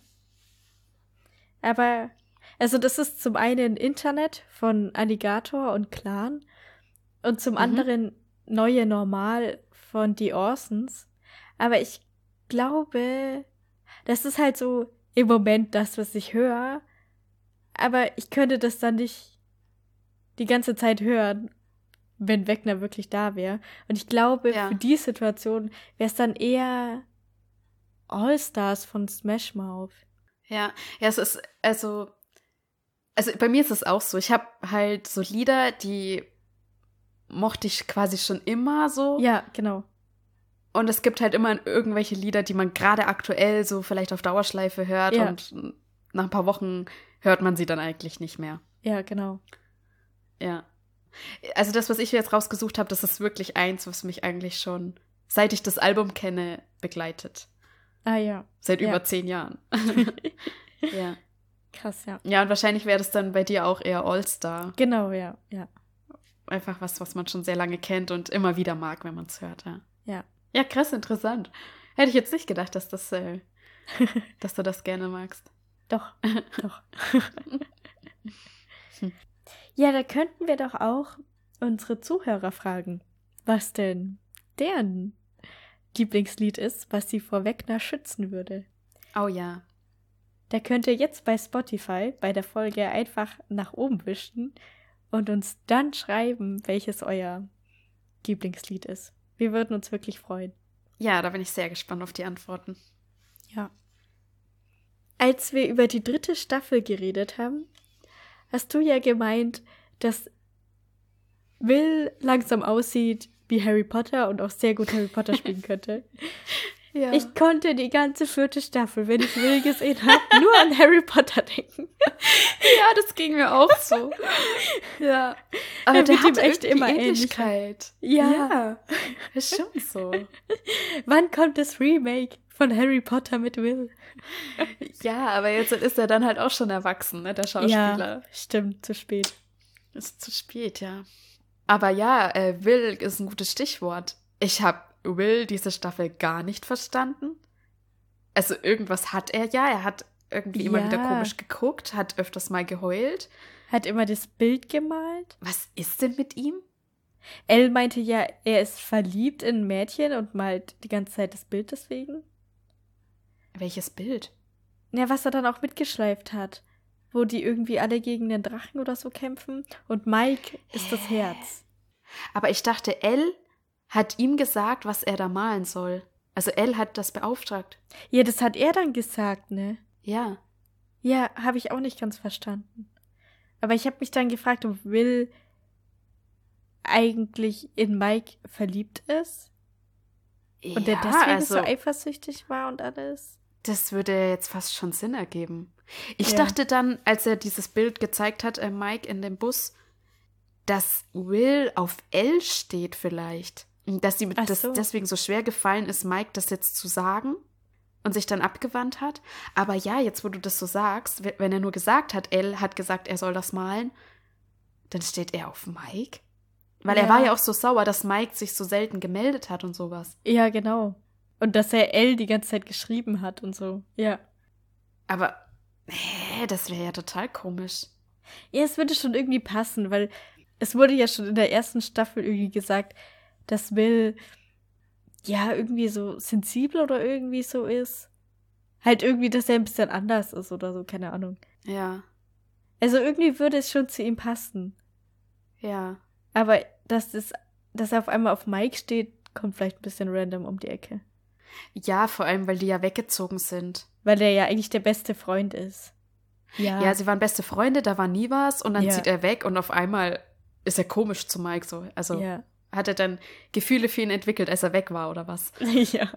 Aber, also das ist zum einen Internet von Alligator und Clan und zum Mhm. anderen Neue Normal von The Orsons. Aber ich glaube, das ist halt so im Moment das, was ich höre. Aber ich könnte das dann nicht die ganze Zeit hören, wenn Wegner wirklich da wäre. Und ich glaube, Ja. für die Situation wäre es dann eher All-Stars von Smash Mouth. Ja, ja, es ist, also, also bei mir ist es auch so. Ich habe halt so Lieder, die mochte ich quasi schon immer so. Ja, genau. Und es gibt halt immer irgendwelche Lieder, die man gerade aktuell so vielleicht auf Dauerschleife hört Ja. und nach ein paar Wochen hört man sie dann eigentlich nicht mehr. Ja, genau. Ja. Also das, was ich jetzt rausgesucht habe, das ist wirklich eins, was mich eigentlich schon, seit ich das Album kenne, begleitet. Ah ja. Seit Ja. über zehn Jahren. Ja. Krass, ja. Ja, und wahrscheinlich wäre das dann bei dir auch eher All-Star. Genau, ja, ja. Einfach was, was man schon sehr lange kennt und immer wieder mag, wenn man es hört, ja. Ja. Ja, krass, interessant. Hätte ich jetzt nicht gedacht, dass das, äh, dass du das gerne magst. Doch, doch. Ja, da könnten wir doch auch unsere Zuhörer fragen, was denn deren Lieblingslied ist, was sie vor Wegner schützen würde. Oh ja. Da könnt ihr jetzt bei Spotify bei der Folge einfach nach oben wischen und uns dann schreiben, welches euer Lieblingslied ist. Wir würden uns wirklich freuen. Ja, da bin ich sehr gespannt auf die Antworten. Ja. Als wir über die dritte Staffel geredet haben, hast du ja gemeint, dass Will langsam aussieht wie Harry Potter und auch sehr gut Harry Potter spielen könnte. Ja. Ich konnte die ganze vierte Staffel, wenn ich Will gesehen habe, nur an Harry Potter denken. ja, das ging mir auch so. ja. Aber Er der wird ihm hat echt irgendwie immer Ähnlichkeit. Ja. ja. Ist schon so. Wann kommt das Remake von Harry Potter mit Will? Ja, aber jetzt ist er dann halt auch schon erwachsen, ne, der Schauspieler. Ja, stimmt, zu spät. Ist zu spät, ja. Aber ja, äh, Will ist ein gutes Stichwort. Ich habe Will diese Staffel gar nicht verstanden. Also irgendwas hat er ja. Er hat irgendwie immer Ja. wieder komisch geguckt, hat öfters mal geheult. Hat immer das Bild gemalt. Was ist denn mit ihm? Elle meinte ja, er ist verliebt in ein Mädchen und malt die ganze Zeit das Bild deswegen. Welches Bild? Ja, was er dann auch mitgeschleift hat. Wo die irgendwie alle gegen den Drachen oder so kämpfen. Und Mike ist das Herz. Aber ich dachte, Elle hat ihm gesagt, was er da malen soll. Also Elle hat das beauftragt. Ja, das hat er dann gesagt, ne? Ja. Ja, habe ich auch nicht ganz verstanden. Aber ich habe mich dann gefragt, ob Will eigentlich in Mike verliebt ist. Und der ja, deswegen also, so eifersüchtig war und alles. das würde jetzt fast schon Sinn ergeben. Ich Ja. dachte dann, als er dieses Bild gezeigt hat, äh, Mike in dem Bus, dass Will auf Elle steht vielleicht. Und dass ihm Ach das so. deswegen so schwer gefallen ist, Mike das jetzt zu sagen. und sich dann abgewandt hat. Aber ja, jetzt wo du das so sagst, wenn er nur gesagt hat, Elle hat gesagt, er soll das malen, dann steht er auf Mike. Weil Ja. er war ja auch so sauer, dass Mike sich so selten gemeldet hat und sowas. Ja, genau. Und dass er Elle die ganze Zeit geschrieben hat und so. Ja. Aber, hä, das wäre ja total komisch. Ja, es würde schon irgendwie passen, weil es wurde ja schon in der ersten Staffel irgendwie gesagt, dass Will ja irgendwie so sensibel oder irgendwie so ist. Halt irgendwie, dass er ein bisschen anders ist oder so, keine Ahnung. Ja, Also irgendwie würde es schon zu ihm passen. ja. Aber dass, das, dass er auf einmal auf Mike steht, kommt vielleicht ein bisschen random um die Ecke. Ja, vor allem, weil die ja weggezogen sind. Weil er ja eigentlich der beste Freund ist. Ja, Ja, sie waren beste Freunde, da war nie was und dann Ja. zieht er weg und auf einmal ist er komisch zu Mike so. Also ja. hat er dann Gefühle für ihn entwickelt, als er weg war oder was? ja.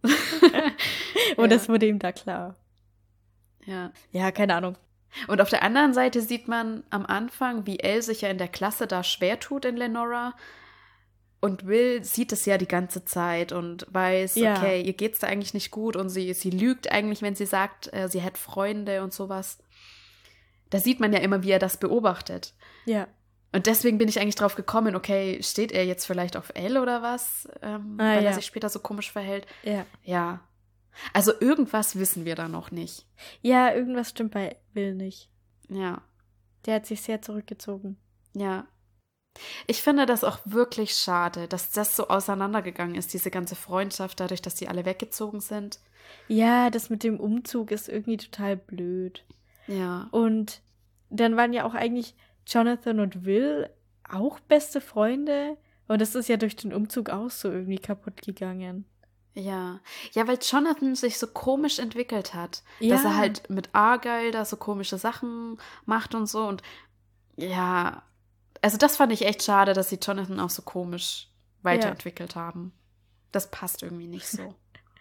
Und Ja. das wurde ihm da klar. Ja. Ja, keine Ahnung. Und auf der anderen Seite sieht man am Anfang, wie Elle sich ja in der Klasse da schwer tut in Lenora. Und Will sieht es ja die ganze Zeit und weiß, Ja. okay, ihr geht's da eigentlich nicht gut und sie, sie lügt eigentlich, wenn sie sagt, äh, sie hat Freunde und sowas. Da sieht man ja immer, wie er das beobachtet. Ja. Und deswegen bin ich eigentlich drauf gekommen, okay, steht er jetzt vielleicht auf Elle oder was, ähm, Ah, weil ja. er sich später so komisch verhält. Ja. Ja. Also irgendwas wissen wir da noch nicht. Ja, irgendwas stimmt bei Will nicht. Ja, Der hat sich sehr zurückgezogen. ja. Ich finde das auch wirklich schade, dass das so auseinandergegangen ist, diese ganze Freundschaft, dadurch, dass die alle weggezogen sind. Ja, das mit dem Umzug ist irgendwie total blöd. Ja. Und dann waren ja auch eigentlich Jonathan und Will auch beste Freunde. Und das ist ja durch den Umzug auch so irgendwie kaputt gegangen. Ja. Ja, weil Jonathan sich so komisch entwickelt hat. Ja. Dass er halt mit Argyle da so komische Sachen macht und so. Und ja, also das fand ich echt schade, dass sie Jonathan auch so komisch weiterentwickelt haben. Das passt irgendwie nicht so.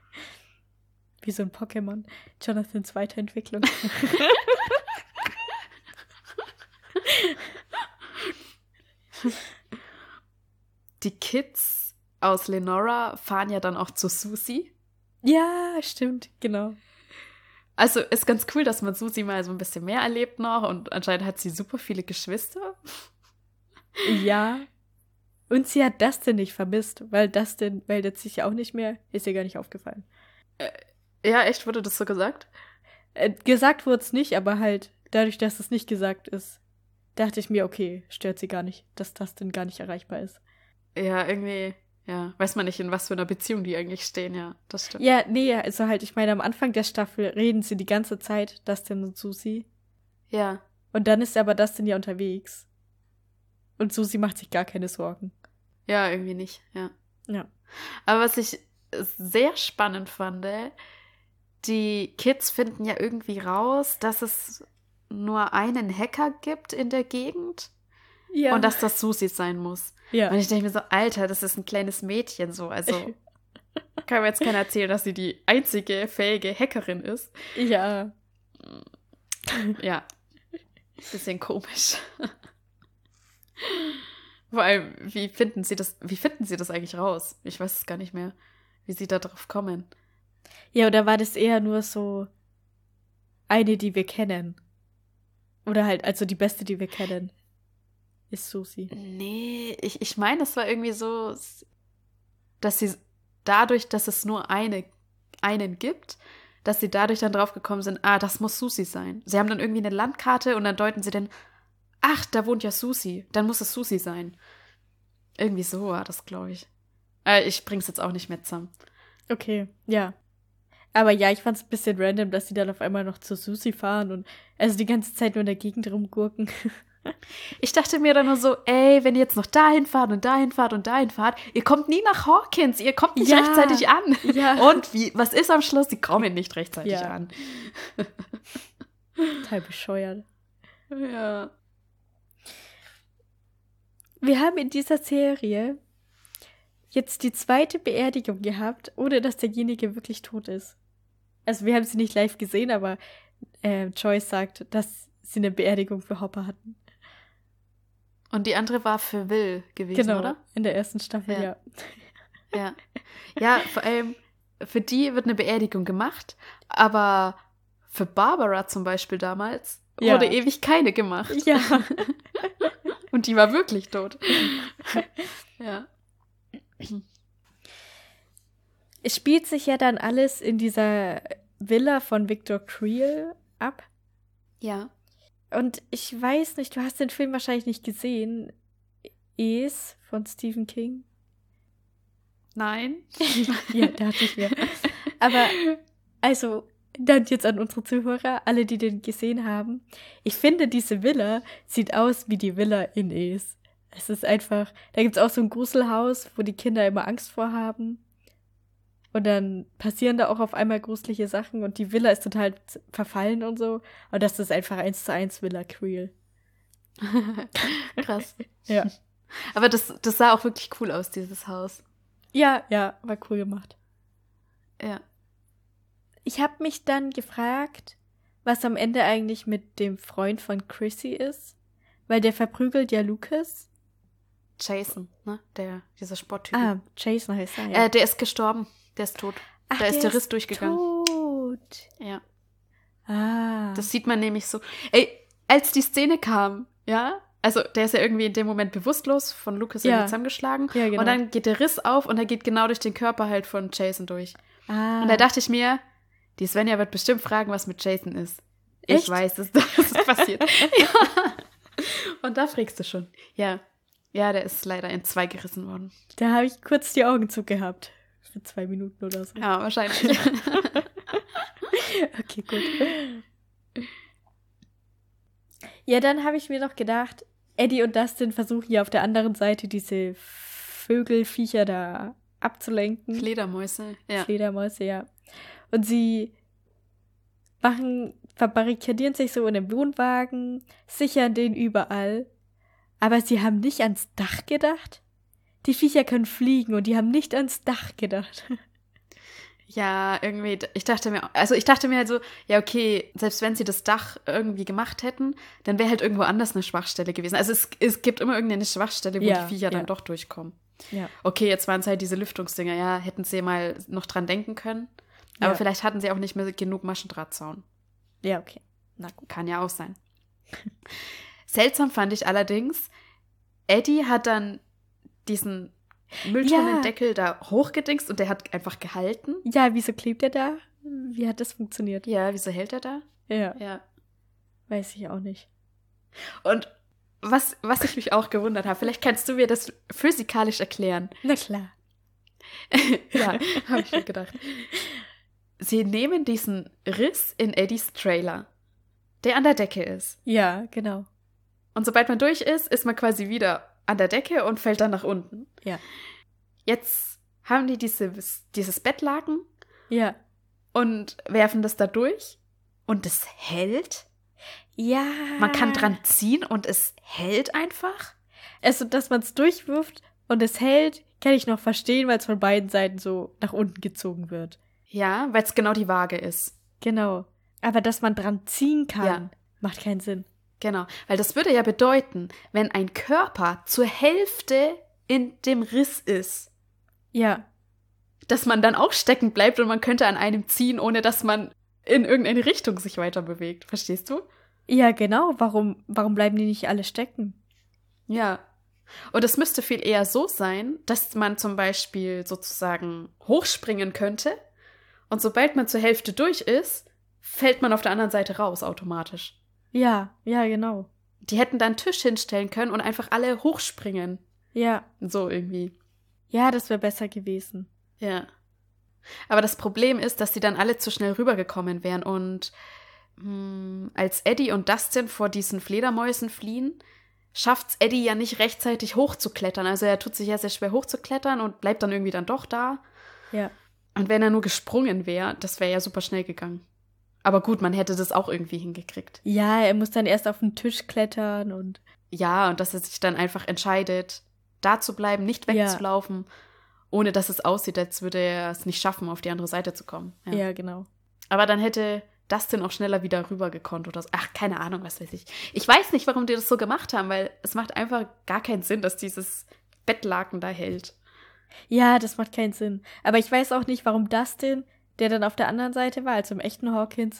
Wie so ein Pokémon. Jonathans Weiterentwicklung. Die Kids aus Lenora fahren ja dann auch zu Susie. Ja, stimmt, genau. Also ist ganz cool, dass man Susie mal so ein bisschen mehr erlebt noch und anscheinend hat sie super viele Geschwister. Ja. Und sie hat Dustin nicht vermisst, weil Dustin meldet sich ja auch nicht mehr. Ist ihr gar nicht aufgefallen. Ja, echt, wurde das so gesagt? Äh, gesagt wurde es nicht, aber halt dadurch, dass es nicht gesagt ist, dachte ich mir, okay, stört sie gar nicht, dass Dustin gar nicht erreichbar ist. Ja, irgendwie, ja, weiß man nicht, in was für einer Beziehung die eigentlich stehen, ja, das stimmt. Ja, nee, also halt, ich meine, am Anfang der Staffel reden sie die ganze Zeit, Dustin und Susie. Ja, Und dann ist aber Dustin ja unterwegs. Und Susie macht sich gar keine Sorgen. ja, irgendwie nicht, ja. Ja. Aber was ich sehr spannend fand, die Kids finden ja irgendwie raus, dass es nur einen Hacker gibt in der Gegend Ja. und dass das Susie sein muss. ja. Und ich denke mir so, Alter, das ist ein kleines Mädchen so, also kann mir jetzt keiner erzählen, dass sie die einzige fähige Hackerin ist. ja. Ja, bisschen komisch. Vor allem, wie finden sie das, wie finden sie das eigentlich raus? Ich weiß es gar nicht mehr, wie sie da drauf kommen. Ja, oder war das eher nur so eine, die wir kennen? Oder halt, also die beste, die wir kennen, ist Susie. Nee, ich, ich meine, es war irgendwie so, dass sie dadurch, dass es nur eine, einen gibt, dass sie dadurch dann drauf gekommen sind, ah, das muss Susie sein. Sie haben dann irgendwie eine Landkarte und dann deuten sie dann, ach, da wohnt ja Susie, dann muss es Susie sein. Irgendwie so war das, glaube ich. Äh, ich bring's jetzt auch nicht mehr zusammen. Okay, ja. Aber ja, ich fand's ein bisschen random, dass sie dann auf einmal noch zu Susie fahren und also die ganze Zeit nur in der Gegend rumgurken. Ich dachte mir dann nur so, ey, wenn ihr jetzt noch dahin fahrt und dahin fahrt und dahin fahrt, ihr kommt nie nach Hawkins, ihr kommt nicht Ja. rechtzeitig an. Ja. Und wie, was ist am Schluss? Sie kommen nicht rechtzeitig Ja. an. Total bescheuert. Ja. Wir haben in dieser Serie jetzt die zweite Beerdigung gehabt, ohne dass derjenige wirklich tot ist. Also wir haben sie nicht live gesehen, aber äh, Joyce sagt, dass sie eine Beerdigung für Hopper hatten. Und die andere war für Will gewesen, Genau, oder? in der ersten Staffel, Ja. ja. Ja. Ja, vor allem für die wird eine Beerdigung gemacht, aber für Barbara zum Beispiel damals Ja. wurde ewig keine gemacht. Ja. Und die war wirklich tot. Ja. Es spielt sich ja dann alles in dieser Villa von Victor Creel ab. Ja. Und ich weiß nicht, du hast den Film wahrscheinlich nicht gesehen. Es von Stephen King. Nein. Ja, dachte ich mir. Aber, also, dann jetzt an unsere Zuhörer, alle, die den gesehen haben. Ich finde, diese Villa sieht aus wie die Villa in Es. Es ist einfach, da gibt es auch so ein Gruselhaus, wo die Kinder immer Angst vor haben. Und dann passieren da auch auf einmal gruselige Sachen und die Villa ist total z- verfallen und so. Und das ist einfach eins zu eins Villa Creel. Krass. Ja. Aber das, das sah auch wirklich cool aus, dieses Haus. Ja, ja, war cool gemacht. Ja. Ich habe mich dann gefragt, was am Ende eigentlich mit dem Freund von Chrissy ist. Weil der verprügelt ja Lucas. Jason, ne? Der, dieser Sporttyp. Ah, Jason heißt er, ja. Äh, der ist gestorben. Der ist tot. Ach, da ist der Riss ist durchgegangen. Tot. Ja. Ah. Das sieht man nämlich so. Ey, als die Szene kam, ja, also der ist ja irgendwie in dem Moment bewusstlos von Lucas Ja. irgendwie zusammengeschlagen. Ja, genau. Und dann geht der Riss auf und er geht genau durch den Körper halt von Jason durch. ah. Und da dachte ich mir, die Svenja wird bestimmt fragen, was mit Jason ist. Ich Echt? weiß, dass das ist passiert. Ja. Und da fragst du schon. Ja. Ja, der ist leider in zwei gerissen worden. Da habe ich kurz die Augen zugehabt. Für zwei Minuten oder so. Ja, wahrscheinlich. Okay, gut. Ja, dann habe ich mir noch gedacht, Eddie und Dustin versuchen ja auf der anderen Seite diese Vögelviecher da abzulenken. Fledermäuse. Ja. Fledermäuse, ja. Und sie machen, verbarrikadieren sich so in einem Wohnwagen, sichern den überall. Aber sie haben nicht ans Dach gedacht. Die Viecher können fliegen und die haben nicht ans Dach gedacht. Ja, irgendwie, ich dachte mir, also ich dachte mir halt so, ja, okay, selbst wenn sie das Dach irgendwie gemacht hätten, dann wäre halt irgendwo anders eine Schwachstelle gewesen. Also es, es gibt immer irgendeine Schwachstelle, wo Ja, die Viecher ja. dann doch durchkommen. Ja. Okay, jetzt waren es halt diese Lüftungsdinger, ja, hätten sie mal noch dran denken können. Aber Ja. vielleicht hatten sie auch nicht mehr genug Maschendrahtzaun. Ja, okay. Na gut. Kann ja auch sein. Seltsam fand ich allerdings, Eddie hat dann diesen Mülltonnendeckel da hochgedingst und der hat einfach gehalten. Ja, wieso klebt er da? Wie hat das funktioniert? Ja, wieso hält er da? Ja, Ja. weiß ich auch nicht. Und was, was ich mich auch gewundert habe, vielleicht kannst du mir das physikalisch erklären. Na klar. Ja, habe ich mir gedacht. Sie nehmen diesen Riss in Eddies Trailer, der an der Decke ist. Ja, genau. Und sobald man durch ist, ist man quasi wieder an der Decke und fällt dann nach unten. Ja. Jetzt haben die dieses, dieses Bettlaken Ja. und werfen das da durch und es hält. Ja. Man kann dran ziehen und es hält einfach. Also, dass man es durchwirft und es hält, kann ich noch verstehen, weil es von beiden Seiten so nach unten gezogen wird. Ja, weil es genau die Waage ist. Genau. Aber dass man dran ziehen kann, Ja. macht keinen Sinn. Genau, weil das würde ja bedeuten, wenn ein Körper zur Hälfte in dem Riss ist, Ja. dass man dann auch stecken bleibt und man könnte an einem ziehen, ohne dass man in irgendeine Richtung sich weiter bewegt. Verstehst du? Ja, genau. Warum, warum bleiben die nicht alle stecken? Ja. Und es müsste viel eher so sein, dass man zum Beispiel sozusagen hochspringen könnte und sobald man zur Hälfte durch ist, fällt man auf der anderen Seite raus automatisch. Ja, ja, genau. Die hätten da einen Tisch hinstellen können und einfach alle hochspringen. Ja. So irgendwie. Ja, das wäre besser gewesen. Ja. Aber das Problem ist, dass die dann alle zu schnell rübergekommen wären und mh, als Eddie und Dustin vor diesen Fledermäusen fliehen, schafft's Eddie ja nicht rechtzeitig hochzuklettern. Also er tut sich ja sehr schwer hochzuklettern und bleibt dann irgendwie dann doch da. Ja. Und wenn er nur gesprungen wäre, das wäre ja super schnell gegangen. Aber gut, man hätte das auch irgendwie hingekriegt. Ja, er muss dann erst auf den Tisch klettern und. Ja, und dass er sich dann einfach entscheidet, da zu bleiben, nicht wegzulaufen, ohne dass es aussieht, als würde er es nicht schaffen, auf die andere Seite zu kommen. Ja, Ja. genau. Aber dann hätte Dustin auch schneller wieder rübergekonnt oder so. Ach, keine Ahnung, was weiß ich. Ich weiß nicht, warum die das so gemacht haben, weil es macht einfach gar keinen Sinn, dass dieses Bettlaken da hält. Ja, das macht keinen Sinn. Aber ich weiß auch nicht, warum Dustin, der dann auf der anderen Seite war, also im echten Hawkins,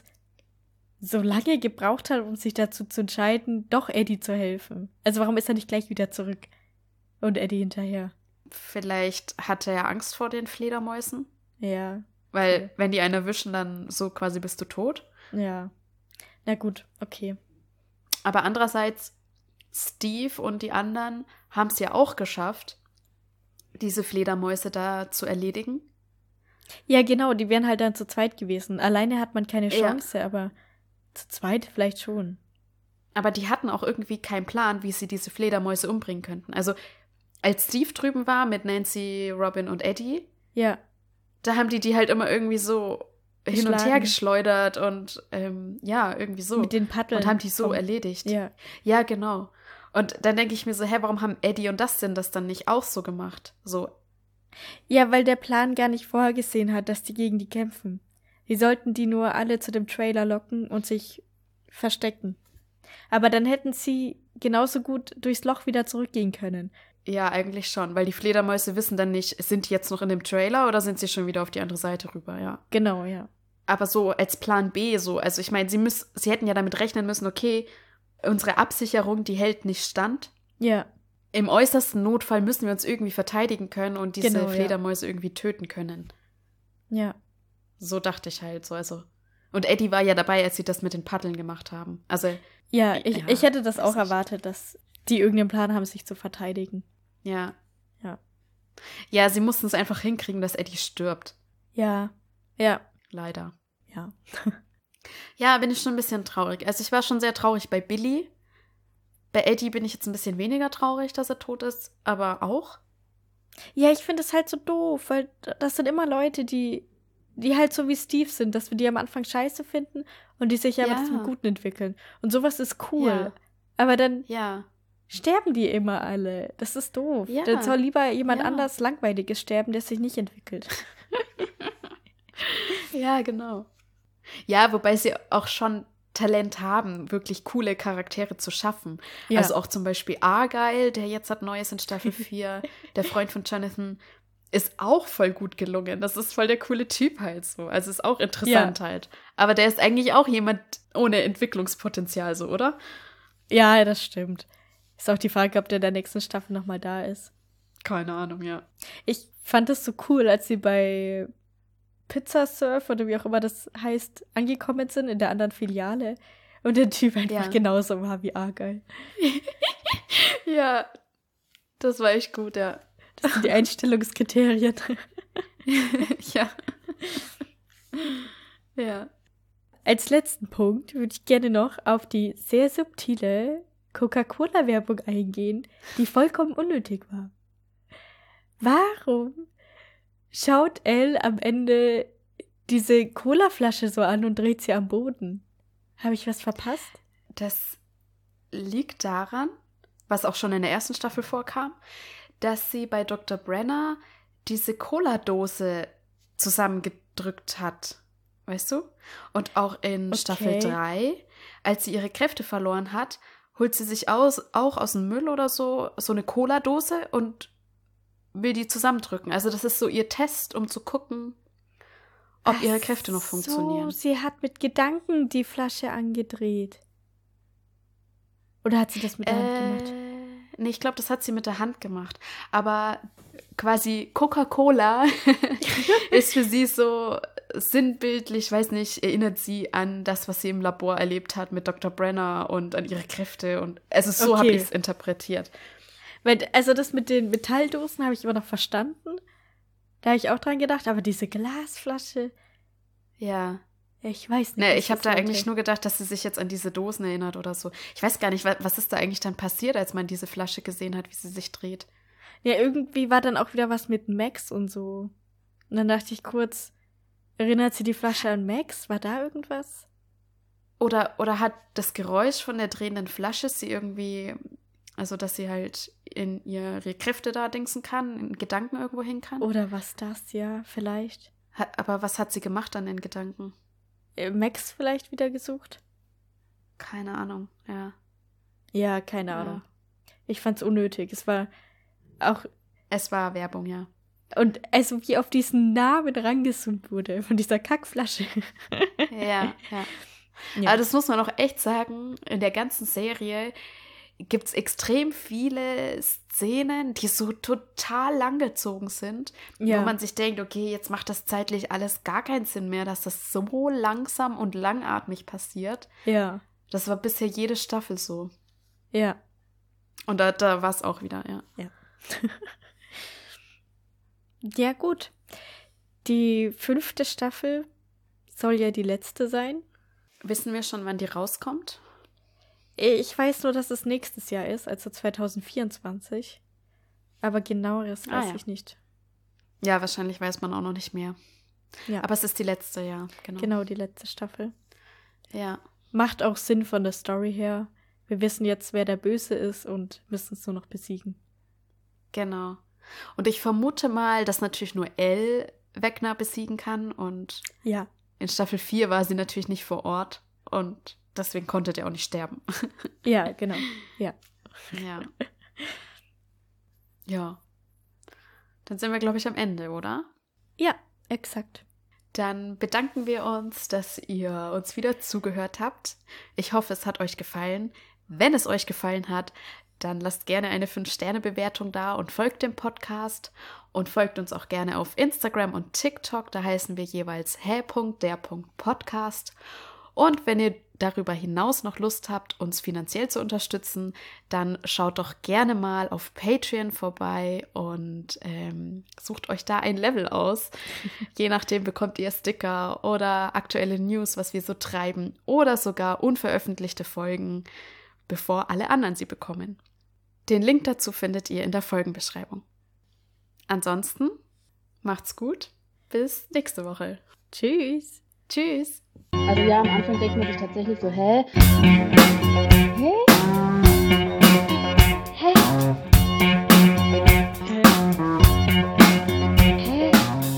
so lange gebraucht hat, um sich dazu zu entscheiden, doch Eddie zu helfen. Also warum ist er nicht gleich wieder zurück und Eddie hinterher? Vielleicht hatte er Angst vor den Fledermäusen. Ja. Weil, okay. wenn die einen erwischen, dann so quasi bist du tot. Ja. Na gut, okay. Aber andererseits, Steve und die anderen haben es ja auch geschafft, diese Fledermäuse da zu erledigen. Ja, genau, die wären halt dann zu zweit gewesen. Alleine hat man keine Chance, ja. Aber zu zweit vielleicht schon. Aber die hatten auch irgendwie keinen Plan, wie sie diese Fledermäuse umbringen könnten. Also, als Steve drüben war mit Nancy, Robin und Eddie, ja, da haben die die halt immer irgendwie so hin und her geschleudert und ähm, ja, irgendwie so. Mit den Paddeln. Und haben die so vom, erledigt. Ja. Ja, genau. Und dann denke ich mir so, hä, warum haben Eddie und Dustin das dann nicht auch so gemacht? So. Ja, weil der Plan gar nicht vorgesehen hat, dass die gegen die kämpfen. Die sollten die nur alle zu dem Trailer locken und sich verstecken. Aber dann hätten sie genauso gut durchs Loch wieder zurückgehen können. Ja, eigentlich schon, weil die Fledermäuse wissen dann nicht, sind die jetzt noch in dem Trailer oder sind sie schon wieder auf die andere Seite rüber, ja. Genau, ja. Aber so als Plan B, so, also ich meine, sie müssen, sie hätten ja damit rechnen müssen, okay, unsere Absicherung, die hält nicht stand. Ja. Im äußersten Notfall müssen wir uns irgendwie verteidigen können und diese genau, Fledermäuse ja. irgendwie töten können. Ja. So dachte ich halt so, also. Und Eddie war ja dabei, als sie das mit den Paddeln gemacht haben. Also. Ja, ich, ja, ich hätte das auch nicht. erwartet, dass die irgendeinen Plan haben, sich zu verteidigen. Ja. Ja. Ja, sie mussten es einfach hinkriegen, dass Eddie stirbt. Ja. Ja. Leider. Ja. Ja, bin ich schon ein bisschen traurig. Also ich war schon sehr traurig bei Billy. Bei Eddie bin ich jetzt ein bisschen weniger traurig, dass er tot ist, aber auch. Ja, ich finde es halt so doof, weil das sind immer Leute, die, die halt so wie Steve sind, dass wir die am Anfang scheiße finden und die sich aber Ja. zum Guten entwickeln. Und sowas ist cool. Ja. Aber dann Ja. sterben die immer alle. Das ist doof. Ja. Dann soll lieber jemand Ja. anders Langweiliges sterben, der sich nicht entwickelt. Ja, genau. Ja, wobei sie auch schon Talent haben, wirklich coole Charaktere zu schaffen. Ja. Also auch zum Beispiel Argyle, der jetzt hat Neues in Staffel vier, der Freund von Jonathan, ist auch voll gut gelungen. Das ist voll der coole Typ halt so. Also ist auch interessant Ja. halt. Aber der ist eigentlich auch jemand ohne Entwicklungspotenzial so, oder? Ja, das stimmt. Ist auch die Frage, ob der in der nächsten Staffel nochmal da ist. Keine Ahnung, ja. Ich fand es so cool, als sie bei Pizza Surf oder wie auch immer das heißt, angekommen sind in der anderen Filiale und der Typ einfach Ja. genauso war wie Argyle. Ja, das war echt gut, ja. Das sind die Einstellungskriterien. Ja. Ja. Als letzten Punkt würde ich gerne noch auf die sehr subtile Coca-Cola-Werbung eingehen, die vollkommen unnötig war. Warum schaut Elle am Ende diese Colaflasche so an und dreht sie am Boden? Habe ich was verpasst? Das liegt daran, was auch schon in der ersten Staffel vorkam, dass sie bei Doktor Brenner diese Cola-Dose zusammengedrückt hat. Weißt du? Und auch in Okay. Staffel drei, als sie ihre Kräfte verloren hat, holt sie sich aus, auch aus dem Müll oder so so eine Cola-Dose und will die zusammendrücken. Also das ist so ihr Test, um zu gucken, ob ihre Kräfte noch funktionieren. So, sie hat mit Gedanken die Flasche angedreht. Oder hat sie das mit der Hand gemacht? Äh, nee, ich glaube, das hat sie mit der Hand gemacht. Aber quasi Coca-Cola ist für sie so sinnbildlich, weiß nicht, erinnert sie an das, was sie im Labor erlebt hat mit Doktor Brenner und an ihre Kräfte. Und also so Okay. habe ich es interpretiert. Weil, also das mit den Metalldosen habe ich immer noch verstanden. Da habe ich auch dran gedacht. Aber diese Glasflasche, Ja. ich weiß nicht. Nee, was ich habe das da sollte. eigentlich nur gedacht, dass sie sich jetzt an diese Dosen erinnert oder so. Ich weiß gar nicht, wa- was ist da eigentlich dann passiert, als man diese Flasche gesehen hat, wie sie sich dreht. Ja, irgendwie war dann auch wieder was mit Max und so. Und dann dachte ich kurz, erinnert sie die Flasche an Max? War da irgendwas? Oder, oder hat das Geräusch von der drehenden Flasche sie irgendwie, also dass sie halt in ihre Kräfte da dingsen kann, in Gedanken irgendwo hin kann? Oder was das, ja, vielleicht. Hat, aber was hat sie gemacht dann in Gedanken? Äh, Max vielleicht wieder gesucht? Keine Ahnung, ja. Ja, keine Ja. Ahnung. Ich fand's unnötig. Es war auch, Es war Werbung, ja. Und also wie auf diesen Namen rangezoomt wurde, von dieser Kackflasche. Ja, ja. Ja. Aber das muss man auch echt sagen, in der ganzen Serie gibt es extrem viele Szenen, die so total langgezogen sind, Ja. wo man sich denkt, okay, jetzt macht das zeitlich alles gar keinen Sinn mehr, dass das so langsam und langatmig passiert. Ja, Das war bisher jede Staffel so. ja, Und da, da war es auch wieder, ja. ja. Ja, gut. Die fünfte Staffel soll ja die letzte sein. Wissen wir schon, wann die rauskommt? Ich weiß nur, dass es nächstes Jahr ist, also zwanzig vierundzwanzig. Aber genaueres Ah, weiß ja. ich nicht. Ja, wahrscheinlich weiß man auch noch nicht mehr. Ja, Aber es ist die letzte, ja. Genau. genau, die letzte Staffel. Ja. Macht auch Sinn von der Story her. Wir wissen jetzt, wer der Böse ist und müssen es nur noch besiegen. Genau. Und ich vermute mal, dass natürlich nur Elle Vecna besiegen kann. Und Ja, in Staffel vier war sie natürlich nicht vor Ort. Und deswegen konnte der auch nicht sterben. ja, genau. Ja. Ja. Ja. Dann sind wir, glaube ich, am Ende, oder? Ja, exakt. Dann bedanken wir uns, dass ihr uns wieder zugehört habt. Ich hoffe, es hat euch gefallen. Wenn es euch gefallen hat, dann lasst gerne eine fünf Sterne Bewertung da und folgt dem Podcast und folgt uns auch gerne auf Instagram und TikTok. Da heißen wir jeweils hä.der.podcast. Und wenn ihr darüber hinaus noch Lust habt, uns finanziell zu unterstützen, dann schaut doch gerne mal auf Patreon vorbei und ähm, sucht euch da ein Level aus. Je nachdem bekommt ihr Sticker oder aktuelle News, was wir so treiben, oder sogar unveröffentlichte Folgen, bevor alle anderen sie bekommen. Den Link dazu findet ihr in der Folgenbeschreibung. Ansonsten macht's gut. Bis nächste Woche. Tschüss. Tschüss. Also ja, am Anfang denkt man sich tatsächlich so, hä? Hä? Hä? Hä?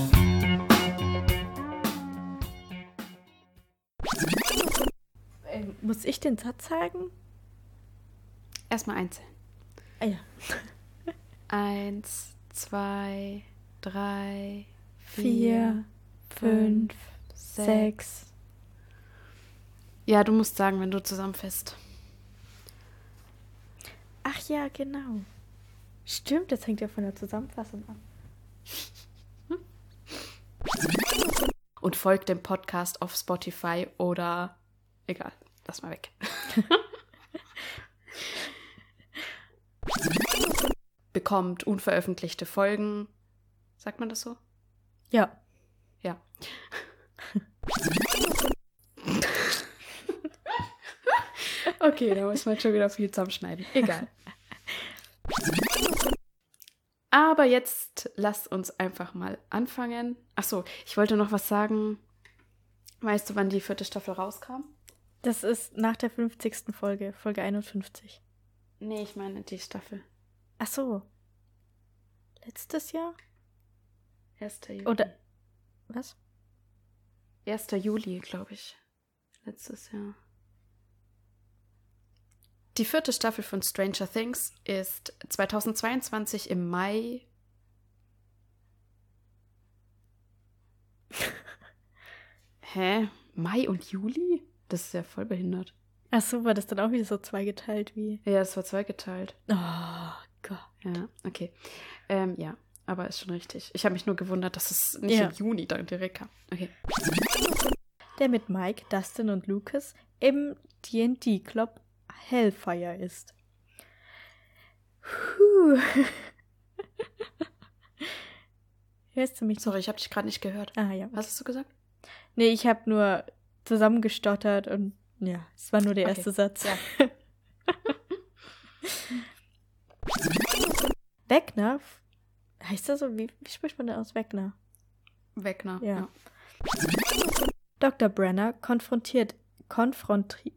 Ähm, muss ich den Satz sagen? Erstmal einzeln. Ah ja. Eins, zwei, drei, Vier, fünf, sechs. Ja, du musst sagen, wenn du zusammenfasst. Ach ja, genau. Stimmt, das hängt ja von der Zusammenfassung ab. Und folgt dem Podcast auf Spotify oder egal, lass mal weg. Bekommt unveröffentlichte Folgen. Sagt man das so? Ja. Ja. Okay, da muss man schon wieder viel zusammenschneiden. Egal. Aber jetzt lasst uns einfach mal anfangen. Achso, ich wollte noch was sagen. Weißt du, wann die vierte Staffel rauskam? Das ist nach der fünfzigsten Folge, Folge einundfünfzig. Nee, ich meine die Staffel. Ach so. Letztes Jahr? erster Juli. Oder, was? erster Juli, glaube ich. Letztes Jahr. Die vierte Staffel von Stranger Things ist zweitausendzweiundzwanzig im Mai. Hä? Mai und Juli? Das ist ja voll behindert. Ach so, war das dann auch wieder so zweigeteilt wie... Ja, es war zweigeteilt. Oh Gott. Ja, okay. Ähm, ja, aber ist schon richtig. Ich habe mich nur gewundert, dass es nicht Ja. im Juni dann direkt kam. Okay. Der mit Mike, Dustin und Lucas im D und D-Club Hellfire ist. Puh. Hörst du mich? Sorry, ich habe dich gerade nicht gehört. Ah ja. Was hast du gesagt? Nee, ich habe nur zusammengestottert und ja, es war nur der Okay. erste Satz. Ja. Vecna, heißt das so? Wie, wie spricht man denn aus Vecna? Wegner. Ja. Ja. Doktor Brenner konfrontiert, konfrontiert,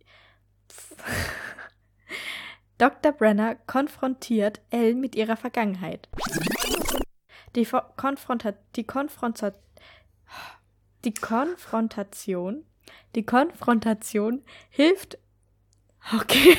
Doktor Brenner konfrontiert Elle mit ihrer Vergangenheit. Die Fo- Konfronta die Konfronta die Konfrontation, die Konfrontation hilft. Okay.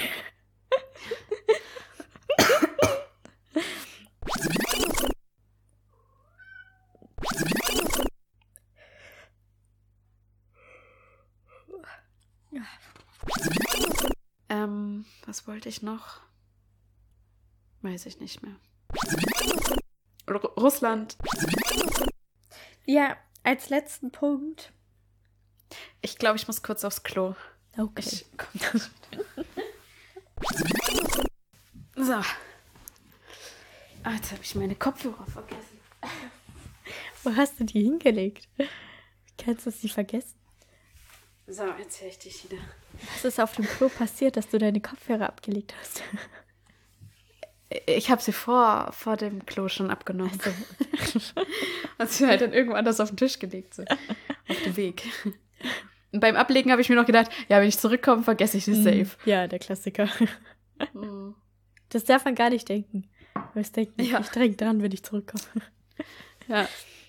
Ähm, was wollte ich noch? Weiß ich nicht mehr. R- Russland. Ja, als letzten Punkt. Ich glaube, ich muss kurz aufs Klo. Okay. Ich komm nicht wieder. So. Ah, jetzt habe ich meine Kopfhörer vergessen. Wo hast du die hingelegt? Wie kannst du sie vergessen? So, jetzt höre ich dich wieder. Was ist auf dem Klo passiert, dass du deine Kopfhörer abgelegt hast? Ich habe sie vor, vor dem Klo schon abgenommen. Also. Und sie halt dann irgendwo anders auf den Tisch gelegt. So. Auf dem Weg. Und beim Ablegen habe ich mir noch gedacht, ja, wenn ich zurückkomme, vergesse ich sie safe. Ja, der Klassiker. Mhm. Das darf man gar nicht denken. Weil es denkt, Ja. ich denke dran, wenn ich zurückkomme. Ja.